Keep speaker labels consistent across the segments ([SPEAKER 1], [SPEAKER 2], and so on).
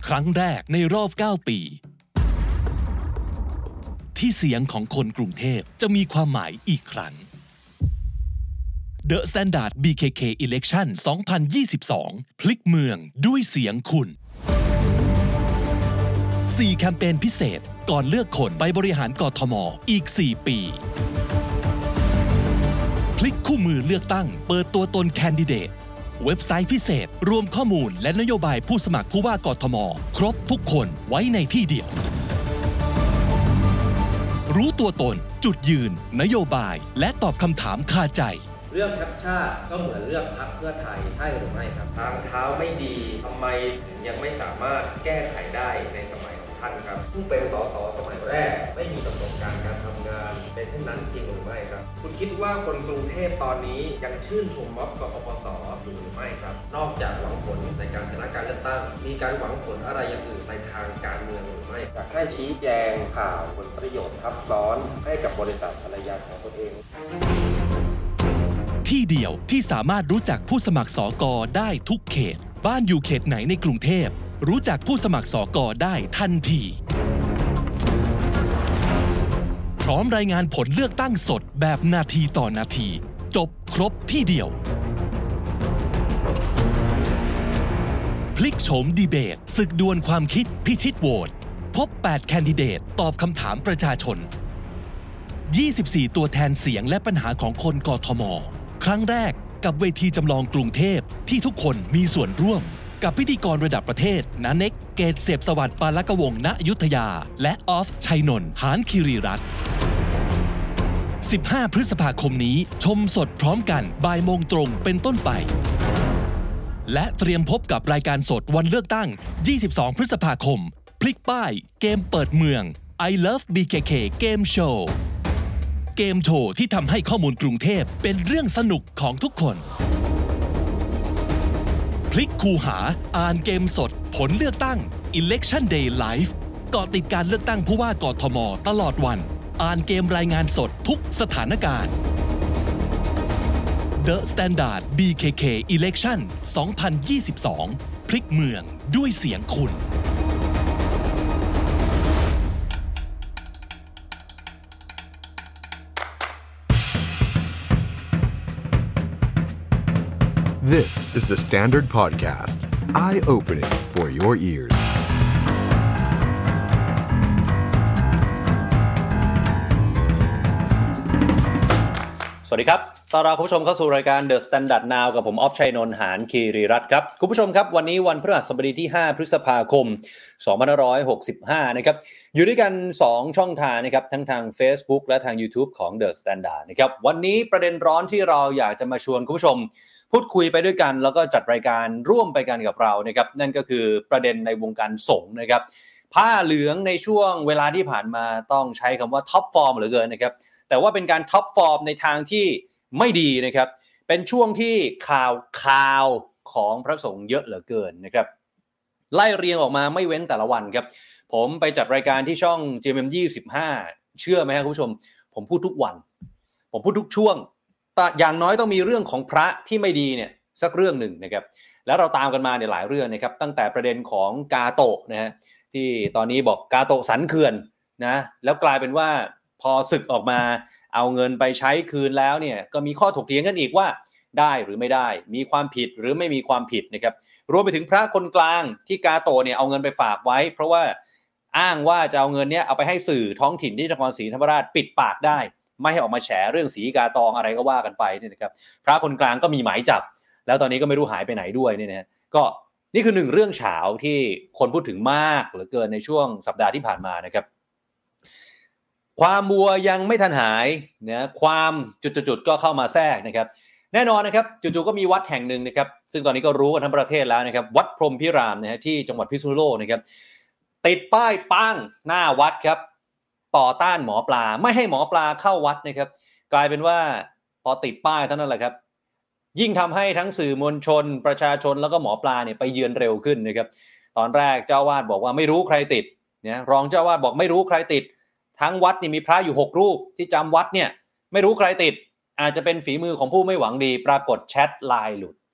[SPEAKER 1] ครั้งแรกในรอบ9 ปีที่เสียงของคนกรุงเทพจะมีความหมายอีกครั้ง The Standard BKK Election 2022 พลิกเมืองด้วยเสียงคุณ4 แคมเปญพิเศษก่อนเลือกคนไปบริหารกทม.อีก 4 ปีพลิกคู่มือเลือกตั้งเปิดตัวตนแคนดิเดตเว็บไซต์พิเศษรวมข้อมูลและนโยบายผู้สมัครผู้ว่ากทม.ครบทุกคนไว้ในที่เดียวรู้ตัวตนจุดยืนนโยบายและตอบคำถามคาใจ
[SPEAKER 2] เรื่องชัดชาติก็เหมือนเรื่องพรรคเพื่อไทยใช่หรือไม่ครับทางเท้าไม่ดีทำไมถึงยังไม่สามารถแก้ไขได้ในสมัยของท่านครับผู้เป็นสสสมัยแรกไม่มีประสบการณ์การทำงานเป็นเช่นนั้นจริงหรือไม่ครับคุณคิดว่าคนกรุงเทพตอนนี้ยังชื่นชมม็อบกปปสอยู่หรือไม่ครับนอกจากหวังผลในการชนะการเลือกตั้งมีการหวังผลอะไรอย่างอื่นในทางการเมืองหรือไม่อยากให้ชี้แจงข่าวผลประโยชน์ทับซ้อนให้กับบริษัทภรรยาของตนเอง
[SPEAKER 1] ที่เดียวที่สามารถรู้จักผู้สมัครสก.ได้ทุกเขตบ้านอยู่เขตไหนในกรุงเทพรู้จักผู้สมัครสก.ได้ทันทีพร้อมรายงานผลเลือกตั้งสดแบบนาทีต่อนาทีจบครบที่เดียวพลิกโฉมดีเบตศึกดวลความคิดพิชิตโหวตพบ8 แคนดิเดตตอบคำถามประชาชน24 ตัวแทนเสียงและปัญหาของคนกทม.ครั้งแรกกับเวทีจำลองกรุงเทพที่ทุกคนมีส่วนร่วมกับพิธีกรระดับประเทศณเน็กเกตเสพสวัสดิ์ปาลกวงศ์ณอยุธยาและออฟชัยนนท์หานคีรีรัตน์15 พฤษภาคมนี้ชมสดพร้อมกันบ่ายโมงตรงเป็นต้นไปและเตรียมพบกับรายการสดวันเลือกตั้ง22 พฤษภาคมพลิกป้ายเกมเปิดเมือง I Love BKK Game Showเกมโชว์ที่ทำให้ข้อมูลกรุงเทพเป็นเรื่องสนุกของทุกคนพลิกคูหาอ่านเกมสดผลเลือกตั้ง Election Day Live เกาะติดการเลือกตั้งผู้ว่ากทม.ตลอดวันอ่านเกมรายงานสดทุกสถานการณ์ The Standard BKK Election 2022 พลิกเมืองด้วยเสียงคุณ
[SPEAKER 3] This is the Standard Podcast. Eye-opening for your ears.
[SPEAKER 4] สวัสดีครับต้อนรับคุณผู้ชมเข้าสู่รายการ The Standard Now กับผมออฟชัยนนท์หานคีรีรัตน์ครับคุณผู้ชมครับวันนี้วันพฤหัสบดีที่5พฤษภาคม2565นะครับอยู่ด้วยกัน2ช่องทางนะครับทั้งทาง Facebook และทาง YouTube ของ The Standard นะครับวันนี้ประเด็นร้อนที่เราอยากจะมาชวนคุณผู้ชมพูดคุยไปด้วยกันแล้วก็จัดรายการร่วมไปกันกับเรานะครับนั่นก็คือประเด็นในวงการสงฆ์นะครับผ้าเหลืองในช่วงเวลาที่ผ่านมาต้องใช้คำว่าท็อปฟอร์มเหลือเกินนะครับแต่ว่าเป็นการท็อปฟอร์มในทางที่ไม่ดีนะครับเป็นช่วงที่ข่าวของพระสงฆ์เยอะเหลือเกินนะครับไล่เรียงออกมาไม่เว้นแต่ละวันครับผมไปจัดรายการที่ช่อง GMM 25เชื่อไหมครับคุณผู้ชมผมพูดทุกวันผมพูดทุกช่วงแต่อย่างน้อยต้องมีเรื่องของพระที่ไม่ดีเนี่ยสักเรื่องหนึ่งนะครับแล้วเราตามกันมาเนี่ยหลายเรื่องนะครับตั้งแต่ประเด็นของกาโตะนะฮะที่ตอนนี้บอกกาโตะสันเขื่อนนะแล้วกลายเป็นว่าพอศึกออกมาเอาเงินไปใช้คืนแล้วเนี่ยก็มีข้อถกเถียงกันอีกว่าได้หรือไม่ได้มีความผิดหรือไม่มีความผิดนะครับรวมไปถึงพระคนกลางที่กาโตะเนี่ยเอาเงินไปฝากไว้เพราะว่าอ้างว่าจะเอาเงินเนี้ยเอาไปให้สื่อท้องถิ่นที่นครศรีธรรมราชปิดปากได้ไม่ให้ออกมาแฉเรื่องสีกาตองอะไรก็ว่ากันไปเนี่ยนะครับพระคนกลางก็มีหมายจับแล้วตอนนี้ก็ไม่รู้หายไปไหนด้วยเนี่ยนะก็นี่คือหนึ่งเรื่องเฉาที่คนพูดถึงมากเหลือเกินในช่วงสัปดาห์ที่ผ่านมานะครับความมัวยังไม่ทันหายนะความจุดๆก็เข้ามาแทรกนะครับแน่นอนนะครับจู่ๆก็มีวัดแห่งหนึ่งนะครับซึ่งตอนนี้ก็รู้กันทั้งประเทศแล้วนะครับวัดพรหมพิรามนะฮะที่จังหวัดพิษณุโลกนะครับติดป้ายปังหน้าวัดครับต่อต้านหมอปลาไม่ให้หมอปลาเข้าวัดนะครับกลายเป็นว่าพอติดป้ายเท่านั้นแหละครับยิ่งทำให้ทั้งสื่อมวลชนประชาชนแล้วก็หมอปลาเนี่ยไปเยือนเร็วขึ้นนะครับตอนแรกเจ้าวาดบอกว่าไม่รู้ใครติดเนี่ยรองเจ้าวาดบอกไม่รู้ใครติดทั้งวัดนี่มีพระอยู่6รูปที่จำวัดเนี่ยไม่รู้ใครติดอาจจะเป็นฝีมือของผู้ไม่หวังดีปรากฏแชทไลน์หลุด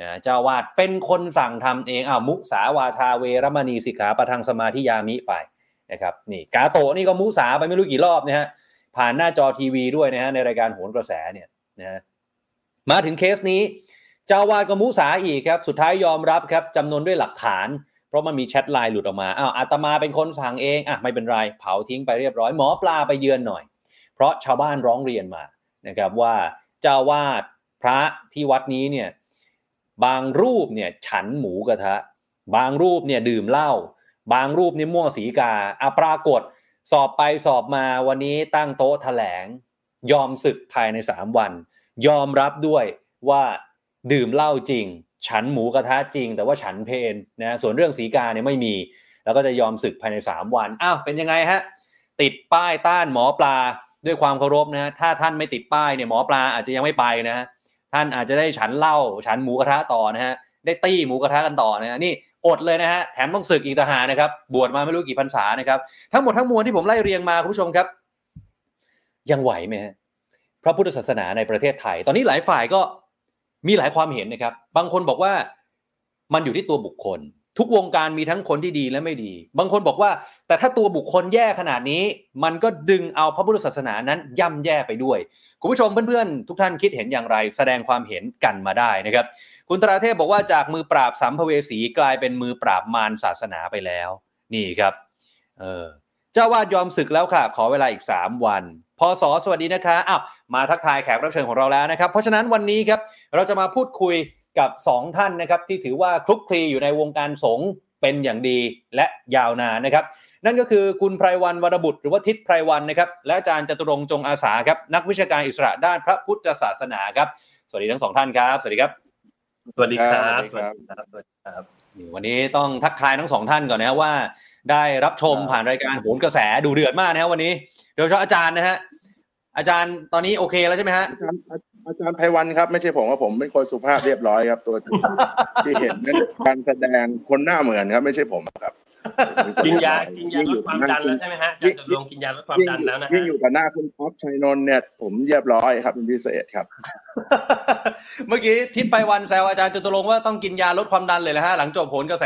[SPEAKER 4] เจ้าวาดเป็นคนสั่งทำเองมุสาวาทาเวรมณีสิกขาปะทังสมาธิยามิไปนะครับนี่กาโตะนี่ก็มุสาไปไม่รู้กี่รอบนะฮะผ่านหน้าจอทีวีด้วยนะฮะในรายการโหนกระแสเนี่ยนะมาถึงเคสนี้เจ้าวาดก็มุสาอีกครับสุดท้ายยอมรับครับจำนวนด้วยหลักฐานเพราะมันมีแชทไลน์หลุดออกมาอาตมาเป็นคนสั่งเองไม่เป็นไรเผาทิ้งไปเรียบร้อยหมอปลาไปเยือนหน่อยเพราะชาวบ้านร้องเรียนมานะครับว่าเจ้าวาดพระที่วัดนี้เนี่ยบางรูปเนี่ยฉันหมูกระทะบางรูปเนี่ยดื่มเหล้าบางรูปนี่ม่วงสีกาปรากฏสอบไปสอบมาวันนี้ตั้งโต๊ะแถลงยอมสึกภายใน3วันยอมรับด้วยว่าดื่มเหล้าจริงฉันหมูกระทะจริงแต่ว่าฉันเพลนะส่วนเรื่องสีกาเนี่ยไม่มีแล้วก็จะยอมสึกภายใน3วันเป็นยังไงฮะติดป้ายต้านหมอปลาด้วยความเคารพนะถ้าท่านไม่ติดป้ายเนี่ยหมอปลาอาจจะยังไม่ไปนะท่านอาจจะได้ฉันเหล้าฉันหมูกระทะต่อนะฮะได้ตี้หมูกระทะกันต่อนะนี่อดเลยนะฮะแถมต้องสึกอีกต่างหากนะครับบวชมาไม่รู้กี่พรรษานะครับทั้งหมดทั้งมวลที่ผมไล่เรียงมาคุณผู้ชมครับยังไหวไหมฮะพระพุทธศาสนาในประเทศไทยตอนนี้หลายฝ่ายก็มีหลายความเห็นนะครับบางคนบอกว่ามันอยู่ที่ตัวบุคคลทุกวงการมีทั้งคนที่ดีและไม่ดีบางคนบอกว่าแต่ถ้าตัวบุคคลแย่ขนาดนี้มันก็ดึงเอาพระพุทธศาสนานั้นย่ำแย่ไปด้วยคุณผู้ชมเพื่อนๆทุกท่านคิดเห็นอย่างไรแสดงความเห็นกันมาได้นะครับคุณตราเทพบอกว่าจากมือปราบสัมภเวสีกลายเป็นมือปราบมารศาสนาไปแล้วนี่ครับเจ้าวาดยอมสึกแล้วค่ะขอเวลาอีก3วันพศสวัสดีนะคะมาทักทายแขกรับเชิญของเราแล้วนะครับเพราะฉะนั้นวันนี้ครับเราจะมาพูดคุยกับ2ท่านนะครับที่ถือว่าคลุกคลีอยู่ในวงการสงฆ์เป็นอย่างดีและยาวนานนะครับนั่นก็คือคุณไพรวรรณวรบุตรหรือว่าทิศไพรวรรณนะครับและอาจารย์จตุรงค์จงอาสาครับนักวิชาการอิสระด้านพระพุทธศาสนาครับสวัสดีทั้ง2ท่านครับสวัสดีครับ
[SPEAKER 2] สวัสดีครับสวัสดีครับ
[SPEAKER 4] วันนี้ต้องทักทายทั้ง2ท่านก่อนนะว่าได้รับชมผ่านรายการโหนกระแสดูเดือดมากนะครับวันนี้โดยเฉพาะอาจารย์นะฮะอาจารย์ตอนนี้โอเคแล้วใช่ไหมฮะ
[SPEAKER 5] อาจารย์ไพวันครับไม่ใช่ผมว่าผมเป็นคนสุภาพเรียบร้อยครับตัวที่เห็นนั้นการแสดงคนหน้าเหมือนครับไม่ใช่ผมครับ
[SPEAKER 2] กินยาลดความดันแล้วใช่ไหมฮะอาจารย์จะลงกินยาลดความดันแล้วนะฮะ
[SPEAKER 5] ยิ่งอยู่กับหน้าคุณอ๊อฟชัยนนท์เนี่ยผมเรียบร้อยครับเป็นพิเศษครับ
[SPEAKER 4] เมื่อกี้ทิศไพวันแซวอาจารย์จตุรงค์ว่าต้องกินยาลดความดันเลยนะฮะหลังจบโหนกระแส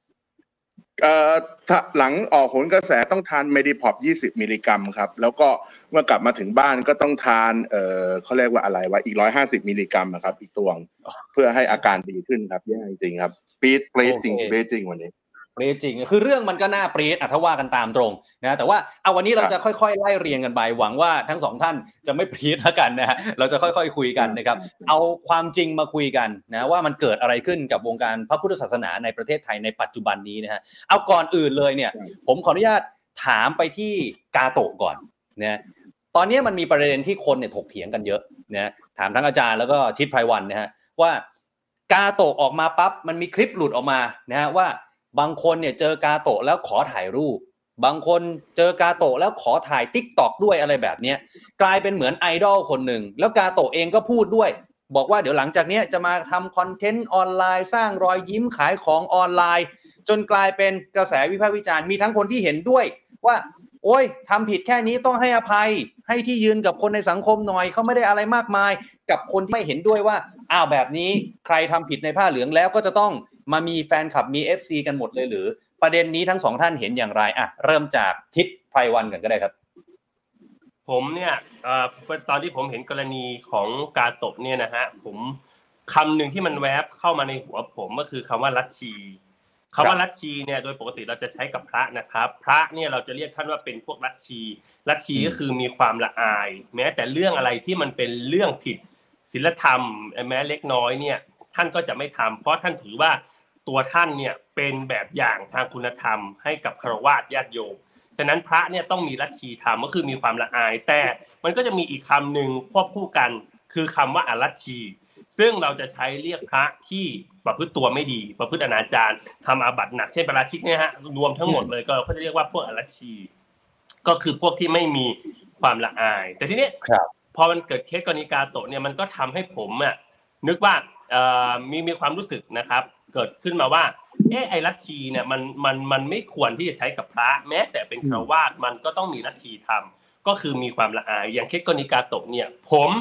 [SPEAKER 5] หลังออกโหนกระแสต้องทานเมดิพอป20มิลลิกรัมครับแล้วก็เมื่อกลับมาถึงบ้านก็ต้องทานเขาเรียกว่าอะไรวะอีก150มิลลิกรัมนะครับอีกตวงเพื่อให้อาการดีขึ้นครับแย่จริงครับปี๊ดจริงปี๊ดจริงวันนี้
[SPEAKER 4] ปรี๊ดจริงคือเรื่องมันก็น่าปรี๊ดถ้าว่ากันตามตรงนะแต่ว่าวันนี้เราจะค่อยๆไล่เรียงกันไปหวังว่าทั้ง2ท่านจะไม่ปรี๊ดแล้วกันนะฮะเราจะค่อยๆคุยกันนะครับเอาความจริงมาคุยกันนะว่ามันเกิดอะไรขึ้นกับวงการพระพุทธศาสนาในประเทศไทยในปัจจุบันนี้นะฮะเอาก่อนอื่นเลยเนี่ยผมขออนุญาตถามไปที่กาโตะก่อนนะตอนนี้มันมีประเด็นที่คนเนี่ยถกเถียงกันเยอะนะถามทั้งอาจารย์แล้วก็ทิศไพรวรรณนะฮะว่ากาโตะออกมาปั๊บมันมีคลิปหลุดออกมานะฮะว่าบางคนเนี่ยเจอกาโตะแล้วขอถ่ายรูปบางคนเจอกาโตะแล้วขอถ่าย TikTok ด้วยอะไรแบบนี้กลายเป็นเหมือนไอดอลคนหนึ่งแล้วกาโตะเองก็พูดด้วยบอกว่าเดี๋ยวหลังจากนี้จะมาทำคอนเทนต์ออนไลน์สร้างรอยยิ้มขายของออนไลน์จนกลายเป็นกระแสวิพากษ์วิจารณ์มีทั้งคนที่เห็นด้วยว่าโอ๊ยทำผิดแค่นี้ต้องให้อภัยให้ที่ยืนกับคนในสังคมหน่อยเขาไม่ได้อะไรมากมายกับคนที่ไม่เห็นด้วยว่าแบบนี้ใครทำผิดในผ้าเหลืองแล้วก็จะต้องมามีแฟนคลับมี FC กันหมดเลยหรือประเด็นนี้ทั้ง2ท่านเห็นอย่างไรเริ่มจากทิศไพรวรรณกันก็ได้ครับ
[SPEAKER 2] ผมเนี่ยตอนที่ผมเห็นกรณีของกาโตะเนี่ยนะฮะผมคำหนึ่งที่มันแวบเข้ามาในหัวผมก็คือคำว่าลัทธิคำว่าลัทธิเนี่ยโดยปกติเราจะใช้กับพระนะครับพระเนี่ยเราจะเรียกท่านว่าเป็นพวกลัทธิก็คือมีความละอายแม้แต่เรื่องอะไรที่มันเป็นเรื่องผิดศีลธรรมแม้เล็กน้อยเนี่ยท่านก็จะไม่ทำเพราะท่านถือว่าตัวท่านเนี่ยเป็นแบบอย่างทางคุณธรรมให้กับฆราวาสญาติโยมฉะนั้นพระเนี่ยต้องมีลัทธิธรรมก็คือมีความละอายแต่มันก็จะมีอีกคำหนึ่งควบคู่กันคือคำว่าอลัทธิซึ่งเราจะใช้เรียกพระที่ประพฤติตัวไม่ดีประพฤติอนาจารทำอาบัติหนักเช่นปาราชิกเนี่ยฮะรวมทั้งหมดเลยก็เขาจะเรียกว่าพวกอลัทธิก็คือพวกที่ไม่มีความละอายแต่ทีนี้พอมันเกิดเคสกรณีกาโตะเนี่ยมันก็ทำให้ผมนึกว่ามีความรู้สึกนะครับเกิดขึ้นมาว่าไอ้ลัทธิเนี่ยมันไม่ควรที่จะใช้กับพระแม้แต่เป็นฆราวาสมันก็ต้องมีลัทธิธรรมก็คือมีความละอายอย่างเคสกรณีกาโตะเนี่ยผม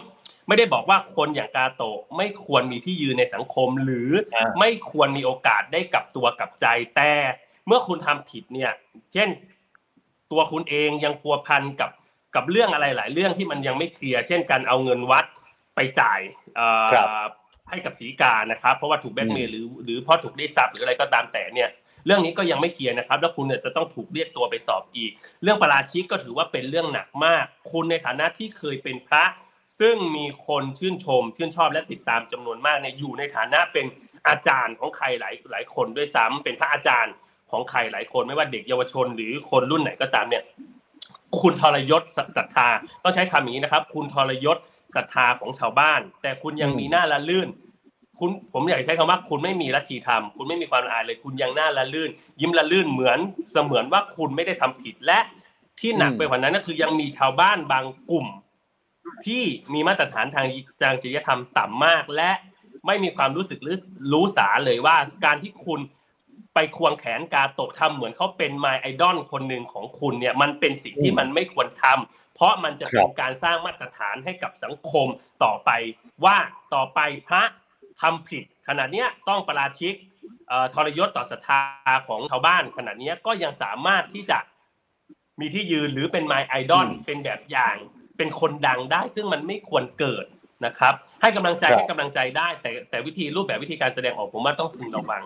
[SPEAKER 6] ไม่ได้บอกว่าคนอย่างกาโตะไม่ควรมีที่ยืนในสังคมหรือไม่ควรมีโอกาสได้กลับตัวกลับใจแต่เมื่อคุณทำผิดเนี่ยเช่นตัวคุณเองยังพัวพันกับเรื่องอะไรหลายเรื่องที่มันยังไม่เคลียร์เช่นการเอาเงินวัดไปจ่ายให้กับศรีกานะครับเพราะว่าถูกแบล็คเมลหรือเพราะถูกได้ทรัพย์หรืออะไรก็ตามแต่เนี่ยเรื่องนี้ก็ยังไม่เคลียร์นะครับแล้วคุณเนี่ยจะต้องถูกเรียกตัวไปสอบอีกเรื่องปาราชิกก็ถือว่าเป็นเรื่องหนักมากคุณในฐานะที่เคยเป็นพระซึ่งมีคนชื่นชอบและติดตามจำนวนมากเนี่ยอยู่ในฐานะเป็นอาจารย์ของใครหลายคนด้วยซ้ำเป็นพระอาจารย์ของใครหลายคนไม่ว่าเด็กเยาวชนหรือคนรุ่นไหนก็ตามเนี่ยคุณทรยศศรัทธาต้องใช้คำนี้นะครับคุณทรยศศรัทธาของชาวบ้านแต่คุณยังมีหน้าละลื่นผมอยากใช้คำว่าคุณไม่มีลัทธิธรรมคุณไม่มีความละอายเลยคุณยังหน้าละลื่นยิ้มละลื่นเหมือนว่าคุณไม่ได้ทำผิดและที่หนักไปกว่านั้นก็คือยังมีชาวบ้านบางกลุ่มที่มีมาตรฐานทางจริยธรรมต่ำมากและไม่มีความรู้สึกหรือรู้สาเลยว่าการที่คุณไปควงแขนกาโตะทำเหมือนเขาเป็นมายไอดอลคนหนึ่งของคุณเนี่ยมันเป็นสิ่งที่มันไม่ควรทำเพราะมันจะเป็นการสร้างมาตรฐานให้กับสังคมต่อไปว่าต่อไปพระทำผิดขนาดนี้ต้องปาราชิกทรยศต่อศรัทธาของชาวบ้านขนาดนี้ก็ยังสามารถที่จะมีที่ยืนหรือเป็นมายไอดอลเป็นแบบอย่างเป็นคนดังได้ซึ่งมันไม่ควรเกิดนะครับให้กำลังใจได้แต่รูปแบบวิธีการแสดงออกผมว่าต้องพึงระวัง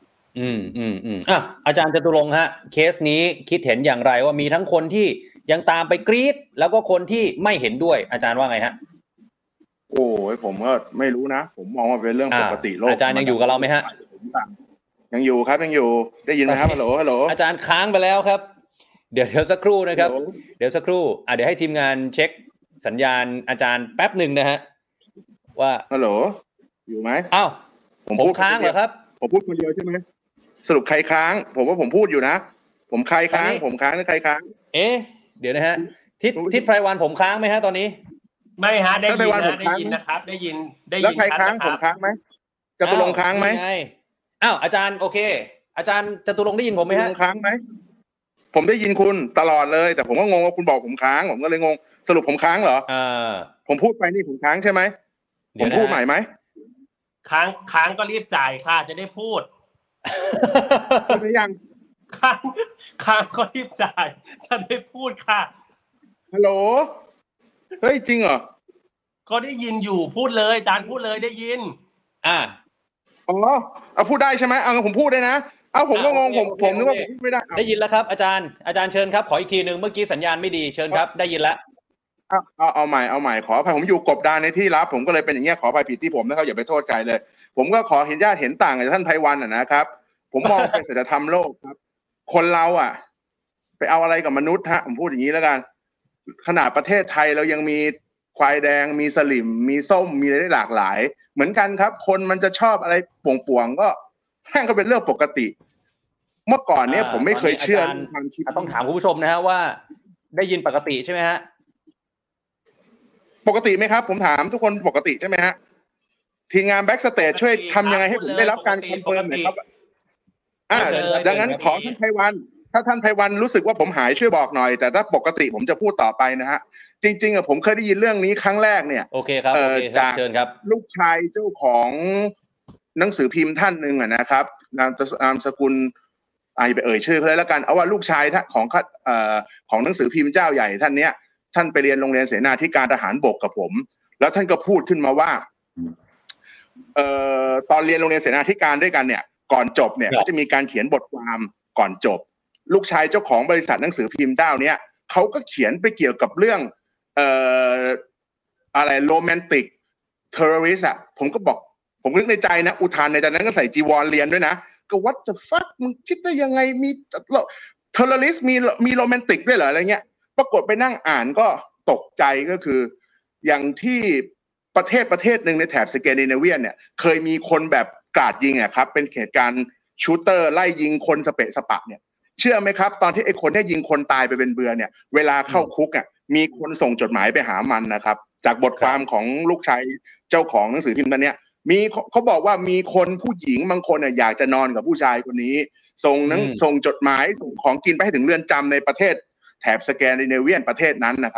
[SPEAKER 4] อาจารย์จตุรงค์ฮะเคสนี้คิดเห็นอย่างไรว่ามีทั้งคนที่ยังตามไปกรี๊ดแล้วก็คนที่ไม่เห็นด้วยอาจารย์ว่าไงฮะ
[SPEAKER 5] โอ้ยผมก็ไม่รู้นะผมมองว่าเป็นเรื่องปกติโลก
[SPEAKER 4] อาจารย์ยังอยู่กับเราไหมฮะ
[SPEAKER 5] ยังอยู่ครับยังอยู่ได้ยินไหมครับฮัลโหล
[SPEAKER 4] อาจารย์ค้างไปแล้วครับเดี๋ยวสักครู่นะครับเดี๋ยวสักครู่เดี๋ยวให้ทีมงานเช็คสัญญาณอาจารย์แป๊บหนึ่งนะฮะว่า
[SPEAKER 5] ฮัลโหลอยู่ไหม
[SPEAKER 4] อ้าวผมค้างเหรอครับ
[SPEAKER 5] ผมพูดคนเดียวใช่ไหมสรุปใครค้างผมว่าผมพูดอยู่นะผมใครค้างผมค้างหรือใครค้าง
[SPEAKER 4] เดี๋ยวนะฮะทิศไพรวันผมค้างไหมฮะตอนนี้
[SPEAKER 6] ไม่ฮะได้ยินนะครับได้ยิน
[SPEAKER 5] แล้วใครค้างผมค้างไหมจตุรงค์ค้างไหม
[SPEAKER 4] อ้าวอาจารย์โอเคอาจารย์จตุรงค์ได้ยินผมไหมฮะ
[SPEAKER 5] ค้างไหมผมได้ยินคุณตลอดเลยแต่ผมก็งงว่าคุณบอกผมค้างผมก็เลยงงสรุปผมค้างเหรอผมพูดไปนี่ผมค้างใช่ไหมผมพูดใหม่ไหม
[SPEAKER 6] ค้างก็รีบจ่ายค่ะจะได้พูด
[SPEAKER 5] หรือยัง
[SPEAKER 6] ค้างก็รีบจ่ายจะได้พูดค่ะ
[SPEAKER 5] ฮัลโหลเฮ้ยจริงเหรอ
[SPEAKER 6] ก็ได้ยินอยู่พูดเลยอาจารย์พูดเลยได้ยิน
[SPEAKER 5] พูดได้ใช่ไหมผมพูดได้นะผมก็งงผมนึกว่าผมพูดไม่ได้
[SPEAKER 4] ได้ยินแล้วครับอาจารย์เชิญครับขออีกทีนึงเมื่อกี้สัญญาณไม่ดีเชิญครับได้ยินแล้ว
[SPEAKER 5] เอาใหม่ขออภัยผมอยู่กบดานในที่ลับผมก็เลยเป็นอย่างเงี้ยขออภัยผิดที่ผมนะครับอย่าไปโทษใครเลยผมก็ขอเห็นญาติเห็นต่างกับท่านไพวันนะครับผมมองเป็นศีลธรรมโลกครับคนเราไปเอาอะไรกับมนุษย์ฮะผมพูดอย่างนี้แล้วกันขนาดประเทศไทยเรายังมีควายแดงมีสลิ่มมีส้มมีอะไรได้หลากหลายเหมือนกันครับคนมันจะชอบอะไรป่วงๆก็แค่ก็เป็นเรื่องปกติเมื่อก่อนเนี้ยผมไม่เคยเชื่อความคิด
[SPEAKER 4] ต้องถามคุณผู้ชมนะฮะว่าได้ยินปกติใช่ไหมฮะ
[SPEAKER 5] ปกติไหมครับผมถามทุกคนปกติใช่ไหมฮะทีมงานแบ็กสเตจช่วยทำยังไงให้ผมได้รับการคอนเฟิร์มหน่อยครับดังนั้นขอท่านไพวันถ้าท่านไพวันรู้สึกว่าผมหายช่วยบอกหน่อยแต่ถ้าปกติผมจะพูดต่อไปนะฮะจริงๆผมเคยได้ยินเรื่องนี้ครั้งแรกเนี่ย
[SPEAKER 4] โอเคครับ
[SPEAKER 5] จากลูกชายเจ้าของหนังสือพิมพ์ท่านหนึ่งนะครับนามสกุลไปชื่อเขาเลยแล้วกันเอาว่าลูกชายของหนังสือพิมพ์เจ้าใหญ่ท่านเนี้ยท่านไปเรียนโรงเรียนเสนาธิการทหารบกกับผมแล้วท่านก็พูดขึ้นมาว่าตอนเรียนโรงเรียนเสนาธิการด้วยกันเนี่ยก่อนจบเนี่ยก็จะมีการเขียนบทความก่อนจบลูกชายเจ้าของบริษัทหนังสือพิมพ์เจ้าเนี้ยเขาก็เขียนไปเกี่ยวกับเรื่องอะไรโรแมนติกเทอร์ริสผมก็บอกผมนึกในใจนะอุทานในใจนั้นก็ใส่จีวรเรียนด้วยนะก็ what the fuck มึงคิดได้ยังไงมีเทอร์ริสมีโรแมนติกด้วยเหรออะไรเงี้ยปรากฏไปนั่งอ่านก็ตกใจก็คืออย่างที่ประเทศหนึ่งในแถบสแกนดิเนเวียนเนี่ยเคยมีคนแบบกราดยิงครับเป็นเหตุการณ์ชูเตอร์ไล่ยิงคนสเปะสปะเนี่ยเชื่อไหมครับตอนที่ไอ้คนที่ยิงคนตายไปเป็นเบื่อเนี่ยเวลาเข้าคุกมีคนส่งจดหมายไปหามันนะครับจากบทความของลูกชายเจ้าของหนังสือพิมพ์ตัวเนี้ยมีเขาบอกว่ามีคนผู้หญิงบางคนอยากจะนอนกับผู้ชายคนนี้ส่งจดหมายส่งของกินไปให้ถึงเรือนจำในประเทศแถบสแกนดิเนเวียนประเทศนั้นนะครับ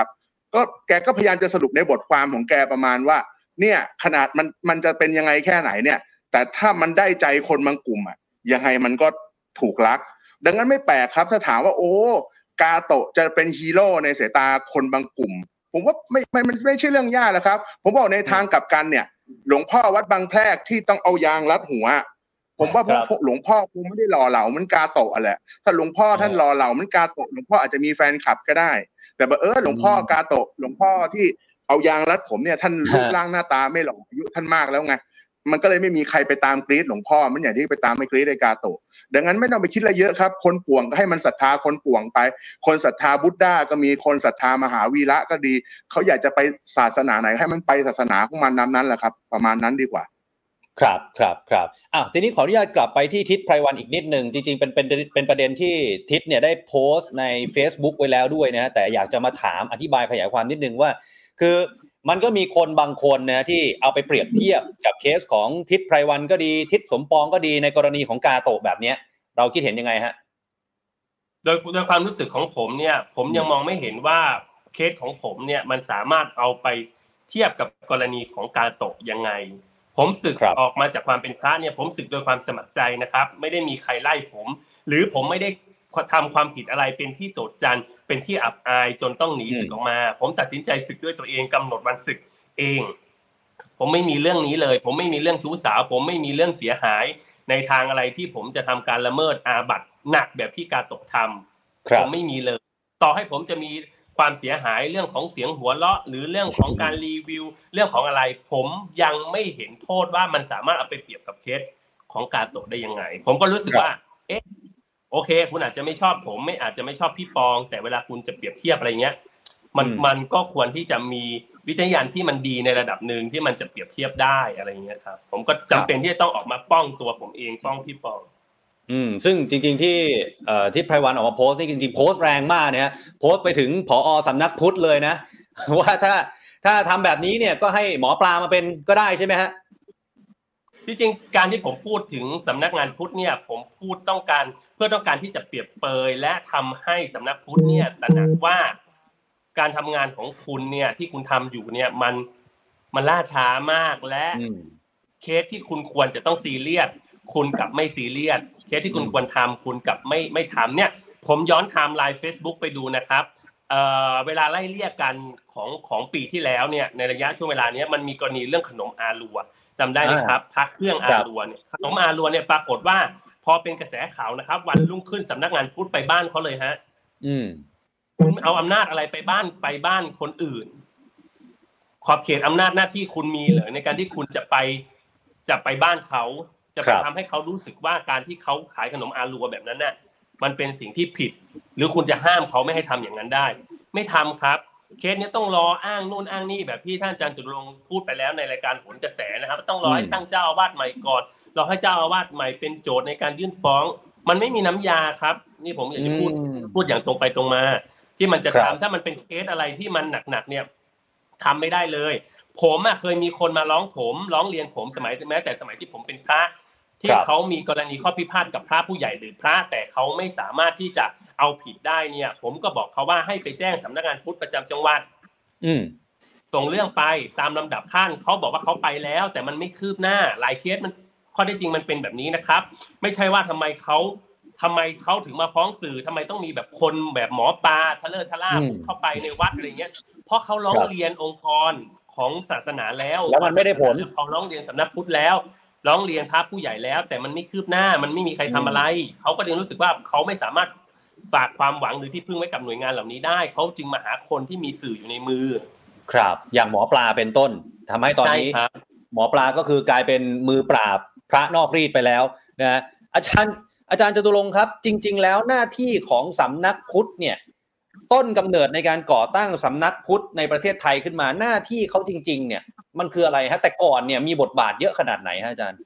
[SPEAKER 5] ก็แกก็พยายามจะสรุปในบทความของแกประมาณว่าเนี่ยขนาดมันจะเป็นยังไงแค่ไหนเนี่ยแต่ถ้ามันได้ใจคนบางกลุ่มอ่ะยังไงมันก็ถูกลักดังนั้นไม่แปลกครับถ้าถามว่าโอ้กาโตะจะเป็นฮีโร่ในสายตาคนบางกลุ่มผมว่าไม่ใช่เรื่องยากแล้วครับผมบอกในทางกลับกันเนี่ยหลวงพ่อวัดบางแพรกที่ต้องเอายางรัดหัวผมว่าพวกหลวงพ่อคงไม่ได้หล่อเหลาเหมือนกาโตะแหละถ้าหลวงพ่อท่านหล่อเหลาเหมือนกาโตะหลวงพ่ออาจจะมีแฟนคลับก็ได้แต่หลวงพ่อกาโตะหลวงพ่อที่เอายางรัดผมเนี่ยท่านรูปร่างหน้าตาไม่หล่ออายุท่านมากแล้วไงมันก็เลยไม่มีใครไปตามกรี๊ดหลวงพ่อมันอย่างที่ไปตามไม่กรี๊ดไอ้กาโตะดังนั้นไม่ต้องไปคิดอะไรเยอะครับคนป่วงก็ให้มันศรัทธาคนป่วงไปคนศรัทธาบุตด้าก็มีคนศรัทธามหาวีระก็ดีเขาอยากจะไปศาสนาไหนให้มันไปศาสนาของมันนั้นแหละครับประมาณนั้นดีกว่า
[SPEAKER 4] ครับทีนี้ขออนุญาตกลับไปที่ทิศไพรวันอีกนิดนึงจริงๆเป็นประเด็นที่ทิศเนี่ยได้โพสต์ใน Facebook ไว้แล้วด้วยนะแต่อยากจะมาถามอธิบายขยายความนิดนึงว่าคือมันก็มีคนบางคนนะที่เอาไปเปรียบเทียบกับเคสของทิศไพรวันก็ดีทิศสมปองก็ดีในกรณีของกาโตะแบบนี้เราคิดเห็นยังไงฮะ
[SPEAKER 6] โดยความรู้สึกของผมเนี่ยผมยังมองไม่เห็นว่าเคสของผมเนี่ยมันสามารถเอาไปเทียบกับกรณีของกาโตะยังไงผมสึกออกมาจากความเป็นพระเนี่ยผมสึกโดยความสมัครใจนะครับไม่ได้มีใครไล่ผมหรือผมไม่ได้ทำความผิดอะไรเป็นที่โจษจันเป็นที่อับอายจนต้องหนีสึกออกมาผมตัดสินใจสึกด้วยตัวเองกำหนดวันสึกเองผมไม่มีเรื่องนี้เลยผมไม่มีเรื่องชู้สาวผมไม่มีเรื่องเสียหายในทางอะไรที่ผมจะทำการละเมิดอาบัติหนักแบบที่กาโตะทำผมไม่มีเลยต่อให้ผมจะมีความเสียหายเรื่องของเสียงหัวเราะหรือเรื่องของการรีวิวเรื่องของอะไรผมยังไม่เห็นโทษว่ามันสามารถเอาไปเปรียบกับเคสของกาโตะได้ยังไงผมก็รู้สึกว่าโอเคคุณอาจจะไม่ชอบผมไม่อาจจะไม่ชอบพี่ปองแต่เวลาคุณจะเปรียบเทียบอะไรเงี้ยมันก็ควรที่จะมีวิจารณญาณที่มันดีในระดับนึงที่มันจะเปรียบเทียบได้อะไรเงี้ยครับผมก็จำเป็นที่จะต้องออกมาป้องตัวผมเองป้องพี่ปอง
[SPEAKER 4] ซึ่งจริงๆที่ทิศไพรวันออกมาโพสต์นี่จริงๆโพสต์แรงมากเนี่ยโพสต์ไปถึงผอ.สำนักพุทธเลยนะว่าถ้าทำแบบนี้เนี่ยก็ให้หมอปลามาเป็นก็ได้ใช่ไหมฮะ
[SPEAKER 6] ที่จริงการที่ผมพูดถึงสำนักงานพุทธเนี่ยผมพูดต้องการที่จะเปรียบเปยและทำให้สำนักพุทธเนี่ยตระหนักว่าการทำงานของคุณเนี่ยที่คุณทำอยู่เนี่ยมันล่าช้ามากและเคสที่คุณควรจะต้องซีเรียสคุณกลับไม่ซีเรียสเคสที่คุณควรทำคุณกลับไม่ทำเนี่ยผมย้อนไทม์ไลน์ Facebook ไปดูนะครับเวลาไล่เรียกกันของปีที่แล้วเนี่ยในระยะช่วงเวลานี้มันมีกรณีเรื่องขนมอาลัวจำได้ไหมครับพักเครื่องอาลัวเนี่ยขนมอาลัวเนี่ยปรากฏว่าพอเป็นกระแสข่าวนะครับวันรุ่งขึ้นสำนักงานพุทธไปบ้านเขาเลยฮะคุณเอาอำนาจอะไรไปบ้านคนอื่นขอบเขตอำนาจหน้าที่คุณมีเหรอในการที่คุณจะไปบ้านเขาจะไปทำให้เขารู้สึกว่าการที่เขาขายขนมอาลัวแบบนั้นน่ะมันเป็นสิ่งที่ผิดหรือคุณจะห้ามเขาไม่ให้ทำอย่างนั้นได้ไม่ทำครับเคสนี้ต้องรออ้างนู่นอ้างนี่แบบที่ท่านอาจารย์จตุรงค์พูดไปแล้วในรายการโหนกระแสนะครับต้องรอให้ตั้งเจ้าอาวาสใหม่ก่อนรอให้เจ้าอาวาสใหม่เป็นโจทย์ในการยื่นฟ้องมันไม่มีน้ำยาครับนี่ผมอยากจะพูดอย่างตรงไปตรงมาที่มันจะทำถ้ามันเป็นเคสอะไรที่มันหนักๆเนี่ยทำไม่ได้เลยผมเคยมีคนมาร้องเรียนผมสมัยที่ผมเป็นพระที่เขามีกรณีข้อพิพาทกับพระผู้ใหญ่หรือพระแต่เขาไม่สามารถที่จะเอาผิดได้เนี่ยผมก็บอกเขาว่าให้ไปแจ้งสำนักงานพุทธประจำจังหวัดส่งเรื่องไปตามลำดับขั้นเขาบอกว่าเขาไปแล้วแต่มันไม่คืบหน้าหลายเคสมันข้อได้จริงมันเป็นแบบนี้นะครับไม่ใช่ว่าทำไมเขาถึงมาฟ้องสื่อทำไมต้องมีแบบคนแบบหมอปลาทะเลทะล่าบุกเข้าไปในวัดอะไรเงี้ยเพราะเขาร้องเรียนองค์กรของศาสนาแล้ว
[SPEAKER 4] มันไม่ได้ผล
[SPEAKER 6] เขาร้องเรียนสำนักพุทธแล้วร้องเรียนพระผู้ใหญ่แล้วแต่มันไม่คืบหน้ามันไม่มีใครทำอะไรเขาก็เลยรู้สึกว่าเขาไม่สามารถฝากความหวังหรือที่พึ่งไว้กับหน่วยงานเหล่านี้ได้เขาจึงมาหาคนที่มีสื่ออยู่ในมือ
[SPEAKER 4] ครับอย่างหมอปลาเป็นต้นทำให้ตอนนี้หมอปลาก็คือกลายเป็นมือปราบพระนอกรีดไปแล้วนะอาจารย์จตุรงค์ครับจริงๆแล้วหน้าที่ของสำนักพุทธเนี่ยต้นกำเนิดในการก่อตั้งสำนักพุทธในประเทศไทยขึ้นมาหน้าที่เขาจริงๆเนี่ยมันคืออะไรฮะแต่ก่อนเนี่ยมีบทบาทเยอะขนาดไหนฮะอาจารย์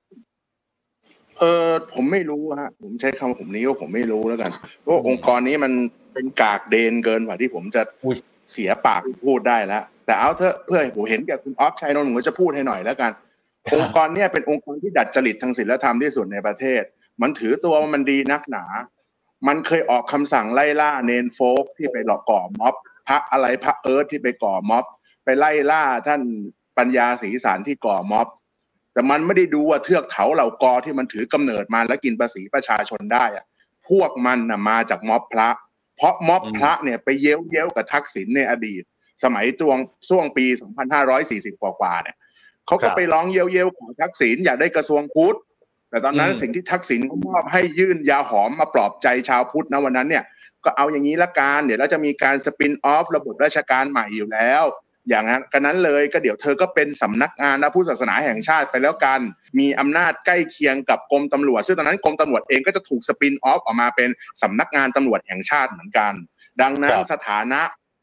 [SPEAKER 5] ผมไม่รู้ฮะผมใช้คำผมนี้ว่าผมไม่รู้แล้วกันเพราะองค์กรนี้มันเป็นกากเดนเกินกว่าที่ผมจะเสียปากพูดได้แล้วแต่เอาเถอะเพื่อให้ผมเห็นแก่คุณออฟชัยนนท์ผมจะพูดให้หน่อยแล้วกันองค์กรนี้เป็นองค์กรที่ดัดจริตทางศีลธรรมที่สุดในประเทศมันถือตัวว่ามันดีนักหนามันเคยออกคำสั่งไล่ล่าเนนโฟกที่ไปหลอกก่อม็อบพระอะไรพระเอิร์ธที่ไปก่อม็อบไปไล่ล่าท่านปัญญาศรีสารที่ก่อม็อบแต่มันไม่ได้ดูว่าเทือกเขาเหล่ากอที่มันถือกำเนิดมาและกินภาษีประชาชนได้อะพวกมันน่ะมาจากม็อบพระเพราะม็อบพระเนี่ยไปเย้ยวกับทักษิณในอดีตสมัยช่วงปี2540กว่าเนี่ยเขาก็ไปร้องเย้ยวของทักษิณอยากได้กระทรวงพุทธแต่ตอนนั้นสิ่งที่ทักษิณเขามอบให้ยื่นยาหอมมาปลอบใจชาวพุทธนะวันนั้นเนี่ยก็เอาอย่างนี้ละกันเดี๋ยวเราจะมีการสปินออฟระบบราชการใหม่อยู่แล้วอย่างนั้นเลยก็เดี๋ยวเธอก็เป็นสำนักงานพระพุทธศาสนาแห่งชาติไปแล้วกันมีอำนาจใกล้เคียงกับกรมตำรวจซึ่งตอนนั้นกรมตำรวจเองก็จะถูกสปินออฟออกมาเป็นสำนักงานตำรวจแห่งชาติเหมือนกันดังนั้นสถานะ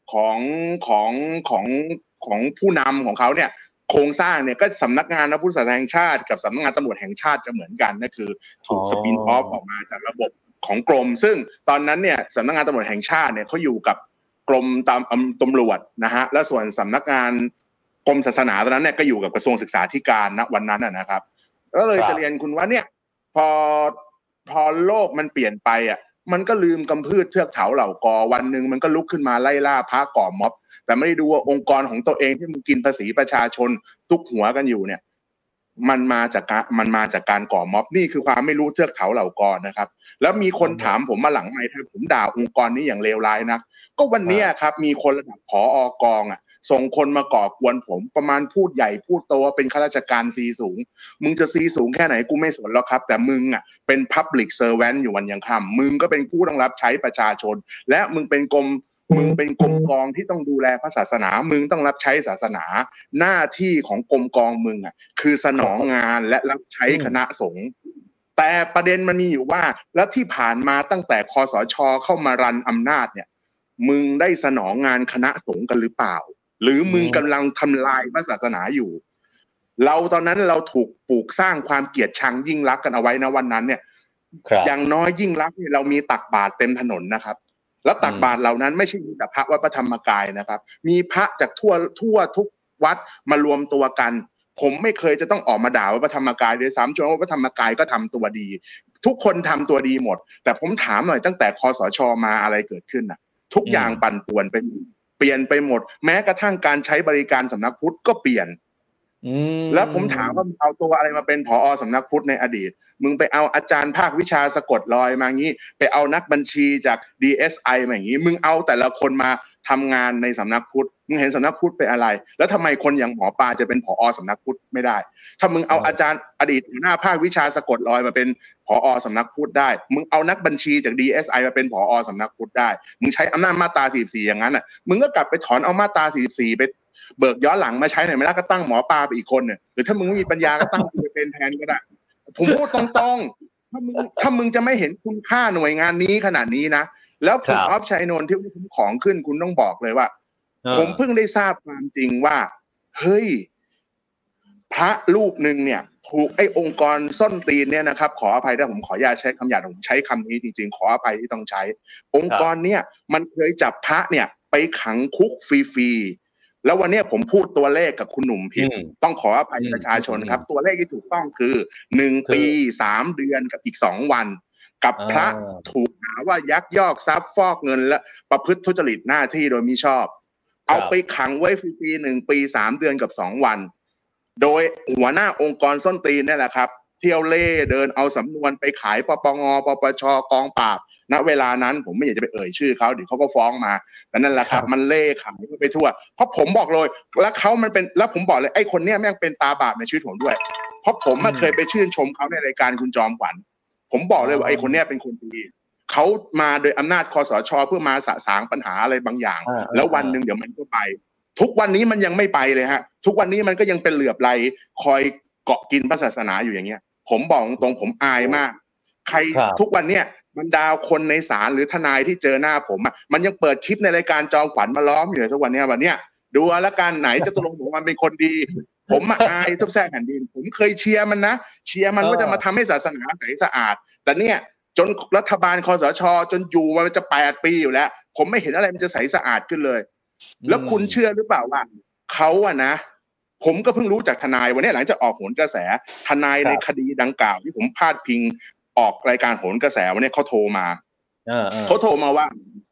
[SPEAKER 5] ของผู้นำของเขาเนี่ยโครงสร้างเนี่ยก็สำนักงานพระพุทธศาสนาแห่งชาติกับสำนักงานตำรวจแห่งชาติจะเหมือนกันนั่นคือถูกสปินออฟออกมาจากระบบของกรมซึ่งตอนนั้นเนี่ยสำนักงานตำรวจแห่งชาติเนี่ยเขาอยู่กับกรมตำรวจนะฮะและส่วนสำนักงานกรมศาสนาตอนนั้นเนี่ยก็อยู่กับกระทรวงศึกษาธิการณวันนั้นนะครับก็เลยจะเรียนคุณว่าเนี่ยพอโลกมันเปลี่ยนไปอ่ะมันก็ลืมกำพืชเทือกเขาเหล่ากอวันนึงมันก็ลุกขึ้นมาไล่ล่าพระก่อม็อบแต่ไม่ได้ดูว่าองค์กรของตัวเองที่มันกินภาษีประชาชนทุกหัวกันอยู่เนี่ยมันมาจากการก่อม็อบนี่คือความไม่รู้เทือกเขาเหล่ากอนะครับแล้วมีคนถามผมมาหลังไมค์ถ้าผมด่าองค์กรนี้อย่างเลวร้ายนะก็วันนี้ครับมีคนระดับผอกองอ่ะส่งคนมาก่อกวนผมประมาณพูดใหญ่พูดโตว่าเป็นข้าราชการซีสูงมึงจะซีสูงแค่ไหนกูไม่สนแล้วครับแต่มึงอ่ะเป็น public servant อยู่วันยังค่ำมึงก็เป็นผู้ต้องรับใช้ประชาชนและมึงเป็นกรมกองที่ต้องดูแลพระศาสนามึงต้องรับใช้ศาสนาหน้าที่ของกรมกองมึงอ่ะคือสนองงานและรับใช้คณะสงฆ์แต่ประเด็นมันมีอยู่ว่าแล้วที่ผ่านมาตั้งแต่คสช.เข้ามารันอำนาจเนี่ยมึงได้สนองงานคณะสงฆ์กันหรือเปล่าหรือมึงกำลังทำลายพระศาสนาอยู่เราตอนนั้นเราถูกปลูกสร้างความเกลียดชังยิ่งลักษณ์กันเอาไว้นะวันนั้นเนี่ยอย่างน้อยยิ่งลักษณ์เนี่ยเรามีตักบาตรเต็มถนนนะครับแล้วตักบาตรเหล่านั้นไม่ใช่มีแต่พระวัดพระธรรมกายนะครับมีพระจากทั่วทุกวัดมารวมตัวกันผมไม่เคยจะต้องออกมาด่าวัดพระธรรมกายด้วยซ้ำจนว่าพระธรรมกายก็ทำตัวดีทุกคนทำตัวดีหมดแต่ผมถามหน่อยตั้งแต่คสช.มาอะไรเกิดขึ้นน่ะทุกอย่างปั่นป่วนไปเปลี่ยนไปหมดแม้กระทั่งการใช้บริการสำนักพุทธก็เปลี่ยนแล้วผมถามว่าเอาตัวอะไรมาเป็นผอ.สำนักพุทธในอดีตมึงไปเอาอาจารย์ภาควิชาสะกดรอยมางี้ไปเอานักบัญชีจาก DSI มาอย่างงี้มึงเอาแต่ละคนมาทำงานในสำนักพุทธมึงเห็นสำนักพุทธเป็นอะไรแล้วทำไมคนอย่างหมอปลาจะเป็นผอ.สำนักพุทธไม่ได้ถ้ามึงเอาอาจารย์อดีตหัวหน้าภาควิชาสะกดรอยมาเป็นผอ.สำนักพุทธได้มึงเอานักบัญชีจาก DSI มาเป็นผอ.สำนักพุทธได้มึงใช้อำนาจมาตรา44อย่างนั้นน่ะมึงก็กลับไปถอนเอามาตรา44ไปเบิกย้อนหลังมาใช้หน่อยไม่ได้ก็ตั้งหมอปลาไปอีกคนเนี่ยหรือถ้ามึงไม่มีปัญญาก็ตั้งกูไปเป็นแทนก็ได้ผมพูดตรงๆถ้ามึงจะไม่เห็นคุณค่าหน่วยงานนี้ขนาดนี้นะแล้วคุณออฟชัยนนท์ที่ผมของขึ้นคุณต้องบอกเลยว่าผมเพิ่งได้ทราบความจริงว่าเฮ้ยพระรูปหนึ่งเนี่ยถูกไอ้องค์กรส้นตีนเนี่ยนะครับขออภัยถ้าผมขออนุญาตใช้คำหยาบผมใช้คำนี้จริงๆขออภัยที่ต้องใช้องค์กรเนี่ยมันเคยจับพระเนี่ยไปขังคุกฟรีๆแล้ววันนี้ผมพูดตัวเลขกับคุณหนุ่มผิดต้องขออภัยประชาชนครับตัวเลขที่ถูกต้องคือ1 ปี3 เดือนกับอีก2 วันกับพระถูกหาว่ายักยอกทรัพย์ฟอกเงินและประพฤติทุจริตหน้าที่โดยมิชอบเอาไปขังไว้ฟรีๆ1 ปี 3 เดือนกับ2 วันโดยหัวหน้าองค์กรส้นตีนนี่แหละครับเที่ยวเล่เดินเอาสำนวนไปขายปปงปปชกองปราบณเวลานั้นผมไม่อยากจะไปเอ่ยชื่อเขาเดี๋ยวเขาก็ฟ้องมาแต่นั่นแหละครับมันเล่ขายไปทั่วเพราะผมบอกเลยแล้วเขามันเป็นแล้วผมบอกเลยไอ้คนเนี้ยแม่งเป็นตาบาปในชีวิตผมด้วยเพราะผมเคยไปชื่นชมเขาในรายการคุณจอมขวัญผมบอกเลยว่าไอ้คนเนี้ยเป็นคนดีเขามาโดยอำนาจคสช.เพื่อมาสะสางปัญหาอะไรบางอย่างแล้ววันนึงเดี๋ยวมันก็ไปทุกวันนี้มันยังไม่ไปเลยฮะทุกวันนี้มันก็ยังเป็นเหลือบไหลคอยเกาะกินพระศาสนาอยู่อย่างเงี้ยผมบอกตรงผมอายมากใครทุกวันเนี้ยบรรดาคนในศาลหรือทนายที่เจอหน้าผมอ่ะมันยังเปิดคลิปในรายการจอมขวัญมาล้อมอยู่เลยทุกวันเนี้ยดูแล้วกันไหนจะตกลงผมมันเป็นคนดีผมอายทุบแท้แผ่นดินผมเคยเชียร์มันนะเชียร์มันว่าจะมาทำให้ศาสนาใสสะอาดแต่เนี่ยจนรัฐบาลคสช.จนอยู่มันจะ8 ปีอยู่แล้วผมไม่เห็นอะไรมันจะใสสะอาดขึ้นเลยแล้วคุณเชื่อหรือเปล่าว่าเขาอะนะผมก็เพิ่งรู้จากทนายวันนี้หลังจากออกโหนกระแสทนายในคดีดังกล่าวที่ผมพาดพิงออกรายการโหนกระแสวันนี้เขาโทรมาว่า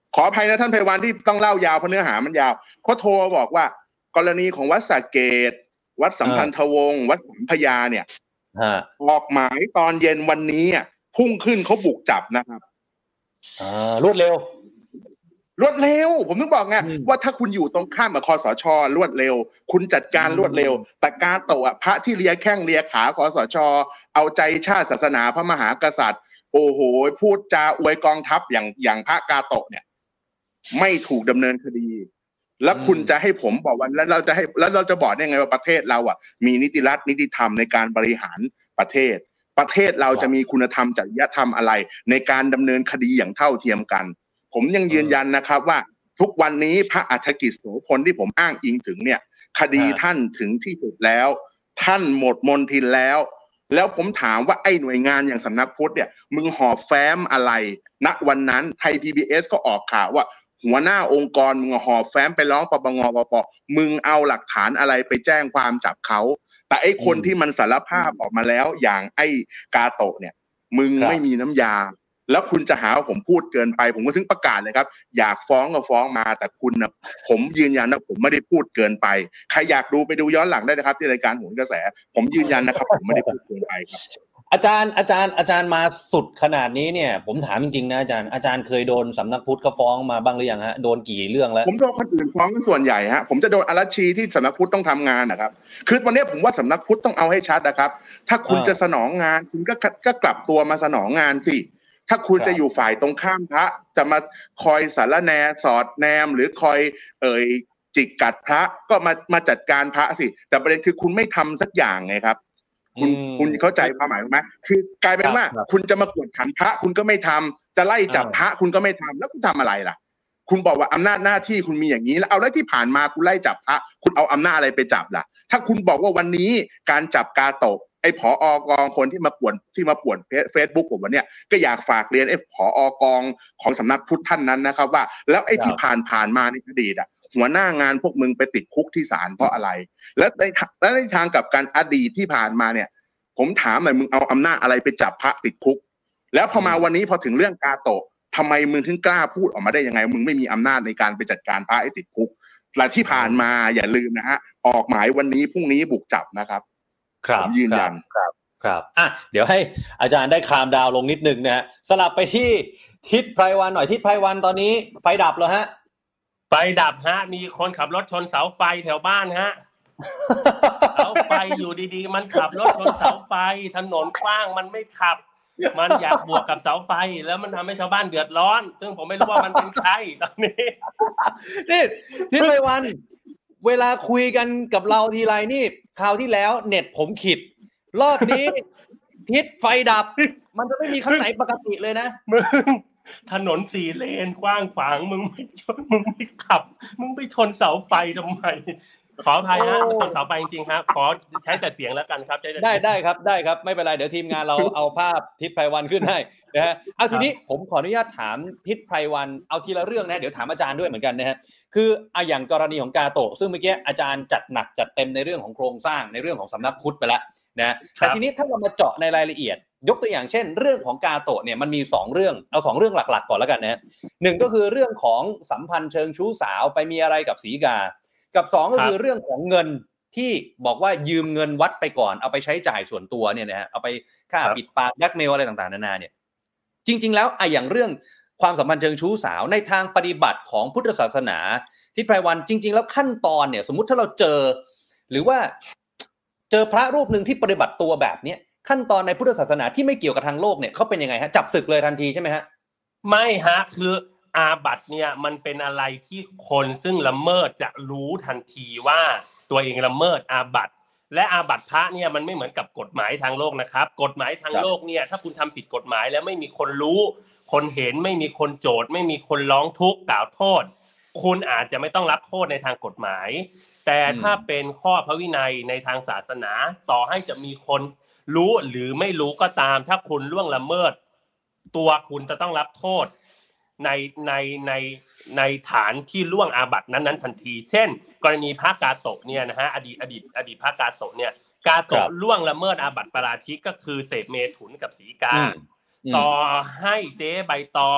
[SPEAKER 5] ขออภัยนะท่านไพวันที่ต้องเล่ายาวเพราะเนื้อหามันยาวเขาโทรมาบอกว่ากรณีของวัดสระเกษวัดสัมพันธวงศ์วัดสัมพยาเนี่ยออกหมายตอนเย็นวันนี้พุ่งขึ้นเขาบุกจับนะครับ
[SPEAKER 4] รวดเร็ว
[SPEAKER 5] ผมถึงบอกไงว่าถ้าคุณอยู่ตรงข้ามกับคสช.รวดเร็วคุณจัดการรวดเร็วแต่กาโตะพระที่เลียแข้งเลียขาคสช.เอาใจชาติศาสนาพระมหากษัตริย์โอ้โหพูดจาอวยกองทัพอย่างพระกาโตะเนี่ยไม่ถูกดำเนินคดีแล้วคุณจะให้ผมบอกวันแล้วเราจะบอกได้ไงว่าประเทศเรามีนิติรัฐนิติธรรมในการบริหารประเทศเราจะมีคุณธรรมจริยธรรมอะไรในการดำเนินคดีอย่างเท่าเทียมกันผมยังยืนยันนะครับว่าทุกวันนี้พระอัฏฐกิจโสพลที่ผมอ้างอิงถึงเนี่ยคดีท่านถึงที่สุดแล้วท่านหมดมนทินแล้วผมถามว่าไอ้หน่วยงานอย่างสำนักพุทธเนี่ยมึงหอบแฟ้มอะไรณวันนั้นไทย PBS ก็ออกข่าวว่าหัวหน้าองค์กรมึงหอบแฟ้มไปร้องปปงปมึงเอาหลักฐานอะไรไปแจ้งความจับเขาแต่ไอ้คนที่มันสารภาพออกมาแล้วอย่างไอ้กาโตะเนี่ยมึงไม่มีน้ำยาแล้วคุณจะหาว่าผมพูดเกินไปผมก็ถึงประกาศเลยครับอยากฟ้องก็ฟ้องมาแต่คุณนะผมยืนยันนะผมไม่ได้พูดเกินไปใครอยากดูไปดูย้อนหลังได้นะครับที่รายการโหนกระแสผมยืนยันนะครับผมไม่ได้พูดเกินไปครับ
[SPEAKER 4] อาจารย์มาสุดขนาดนี้เนี่ยผมถามจริงๆนะอาจารย์เคยโดนสำนักพุทธเขาฟ้องมาบ้างหรือยังฮะโดนกี่เรื่องแล้ว
[SPEAKER 5] ผมโดนคนอื่นฟ้องกันส่วนใหญ่ฮะผมจะโดนอรัชชีที่สำนักพุทธต้องทำงานนะครับคือวันนี้ผมว่าสำนักพุทธต้องเอาให้ชัดนะครับถ้าคุณจะสนองงานคุณก็กลับตัวมาสนองงานสิถ้าคุณจะอยู่ฝ่ายตรงข้ามพระจะมาคอยสารแนสอดแนมหรือคอยจิกกัดพระก็มาจัดการพระสิแต่ประเด็นคือคุณไม่ทำสักอย่างไงครับคุณเข้าใจความหมายไหมคือกลายเป็นว่าคุณจะมากวดขันพระคุณก็ไม่ทำจะไล่จับพระคุณก็ไม่ทำแล้วคุณทำอะไรล่ะคุณบอกว่าอำนาจหน้าที่คุณมีอย่างนี้แล้วเอาแล้วที่ผ่านมาคุณไล่จับพระคุณเอาอำนาจอะไรไปจับล่ะถ้าคุณบอกว่าวันนี้การจับกาโตะไอ้ผอกองคนที่มาป่วนเฟซบุ๊กผมวันเนี้ยก็อยากฝากเรียนไอ้ผอกองของสำนักพุทธท่านนั้นนะครับว่าแล้วไอ้ที่ผ่านมาในอดีตหัวหน้างานพวกมึงไปติดคุกที่ศาลเพราะอะไรแล้วในทางกับการอดีตที่ผ่านมาเนี่ยผมถามหน่อยมึงเอาอำนาจอะไรไปจับพระติดคุกแล้วพอมาวันนี้พอถึงเรื่องกาโตะทำไมมึงถึงกล้าพูดออกมาได้ยังไงมึงไม่มีอำนาจในการไปจัดการพระไอ้ติดคุกและที่ผ่านมาอย่าลืมนะฮะออกหมายวันนี้พรุ่งนี้บุกจับนะครับผมยืนยัน
[SPEAKER 4] ครับเดี๋ยวให้อาจารย์ได้คลามดาวลงนิดนึงนะฮะสลับไปที่ทิศไพรวันหน่อยทิศไพรวันตอนนี้ไฟดับเหรอฮะ
[SPEAKER 6] ไฟดับฮะมีคนขับรถชนเสาไฟแถวบ้านฮะเสาไฟอยู่ดีๆมันขับรถชนเสาไฟถนนกว้างมันไม่ขับมันอยากบวกกับเสาไฟแล้วมันทำให้ชาวบ้านเดือดร้อนซึ่งผมไม่รู้ว่ามันเป็นใครตอนนี้
[SPEAKER 4] นี่ทิศไพรวันเวลาคุยกันกับเราทีไรนี่คราวที่แล้วเน็ตผมขิดรอบนี้ทิศไฟดับมันจะไม่มีข้างไหนปกติเลยนะ
[SPEAKER 6] มึงถนน4 เลนกว้างขวางมึงไม่ขับมึงไปชนเสาไฟทำไมขออภัยฮะชนเสาไฟจริงๆครับขอใช้แต่เสียงแล้วกันครับ
[SPEAKER 4] ได้ครับไม่เป็นไรเดี๋ยวทีมงานเราเอาภาพทิศไพรวันขึ้นให้นะฮะเอาทีนี้ผมขออนุญาตถามทิศไพรวันเอาทีละเรื่องนะเดี๋ยวถามอาจารย์ด้วยเหมือนกันนะฮะคืออย่างกรณีของกาโตะซึ่งเมื่อกี้อาจารย์จัดหนักจัดเต็มในเรื่องของโครงสร้างในเรื่องของสำนักพุทธไปแล้วนะแต่ทีนี้ถ้าเรามาเจาะในรายละเอียดยกตัวอย่างเช่นเรื่องของกาโตะเนี่ยมันมี2เรื่องเอา2เรื่องหลักๆก่อนแล้วกันนะ1ก็คือเรื่องของสัมพันธ์เชิงชู้สาวไปมีอะไรกับศรีกากับ2ก็คือเรื่องของเงินที่บอกว่ายืมเงินวัดไปก่อนเอาไปใช้จ่ายส่วนตัวเนี่ยนะฮะเอาไปค่าปิดปากแบล็คเมลอะไรต่างๆนานาเนี่ยจริงๆแล้วอย่างเรื่องความสัมพันธ์เชิงชู้สาวในทางปฏิบัติของพุทธศาสนาที่ไพรวันจริงๆแล้วขั้นตอนเนี่ยสมมุติถ้าเราเจอหรือว่าเจอพระรูปนึงที่ปฏิบัติตัวแบบนี้ขั้นตอนในพุทธศาสนาที่ไม่เกี่ยวกับทางโลกเนี่ยเขาเป็นยังไงฮะจับศึกเลยทันทีใช่ไหมฮะ
[SPEAKER 6] ไม่ฮะคืออาบัติเนี่ยมันเป็นอะไรที่คนซึ่งละเมิดจะรู้ทันทีว่าตัวเองละเมิดอาบัติและอาบัติพระเนี่ยมันไม่เหมือนกับกฎหมายทางโลกนะครับกฎหมายทางโลกเนี่ยถ้าคุณทำผิดกฎหมายแล้วไม่มีคนรู้คนเห็นไม่มีคนโจทย์ไม่มีคนร้องทุกข์กล่าวโทษคุณอาจจะไม่ต้องรับโทษในทางกฎหมายแต่ถ้าเป็นข้อพระวินัยในทางศาสนาต่อให้จะมีคนรู้หรือไม่รู้ก็ตามถ้าคุณล่วงละเมิดตัวคุณจะต้องรับโทษในฐานที่ล่วงอาบัตินั้นทันทีเช่นกรณีพระกาโตะเนี่ยนะฮะอดีตพระกาโตะเนี่ยกาโตะล่วงละเมิดอาบัติปาราชิกก็คือเสพเมถุนกับสีกาต่อให้เจ๊ใบตอง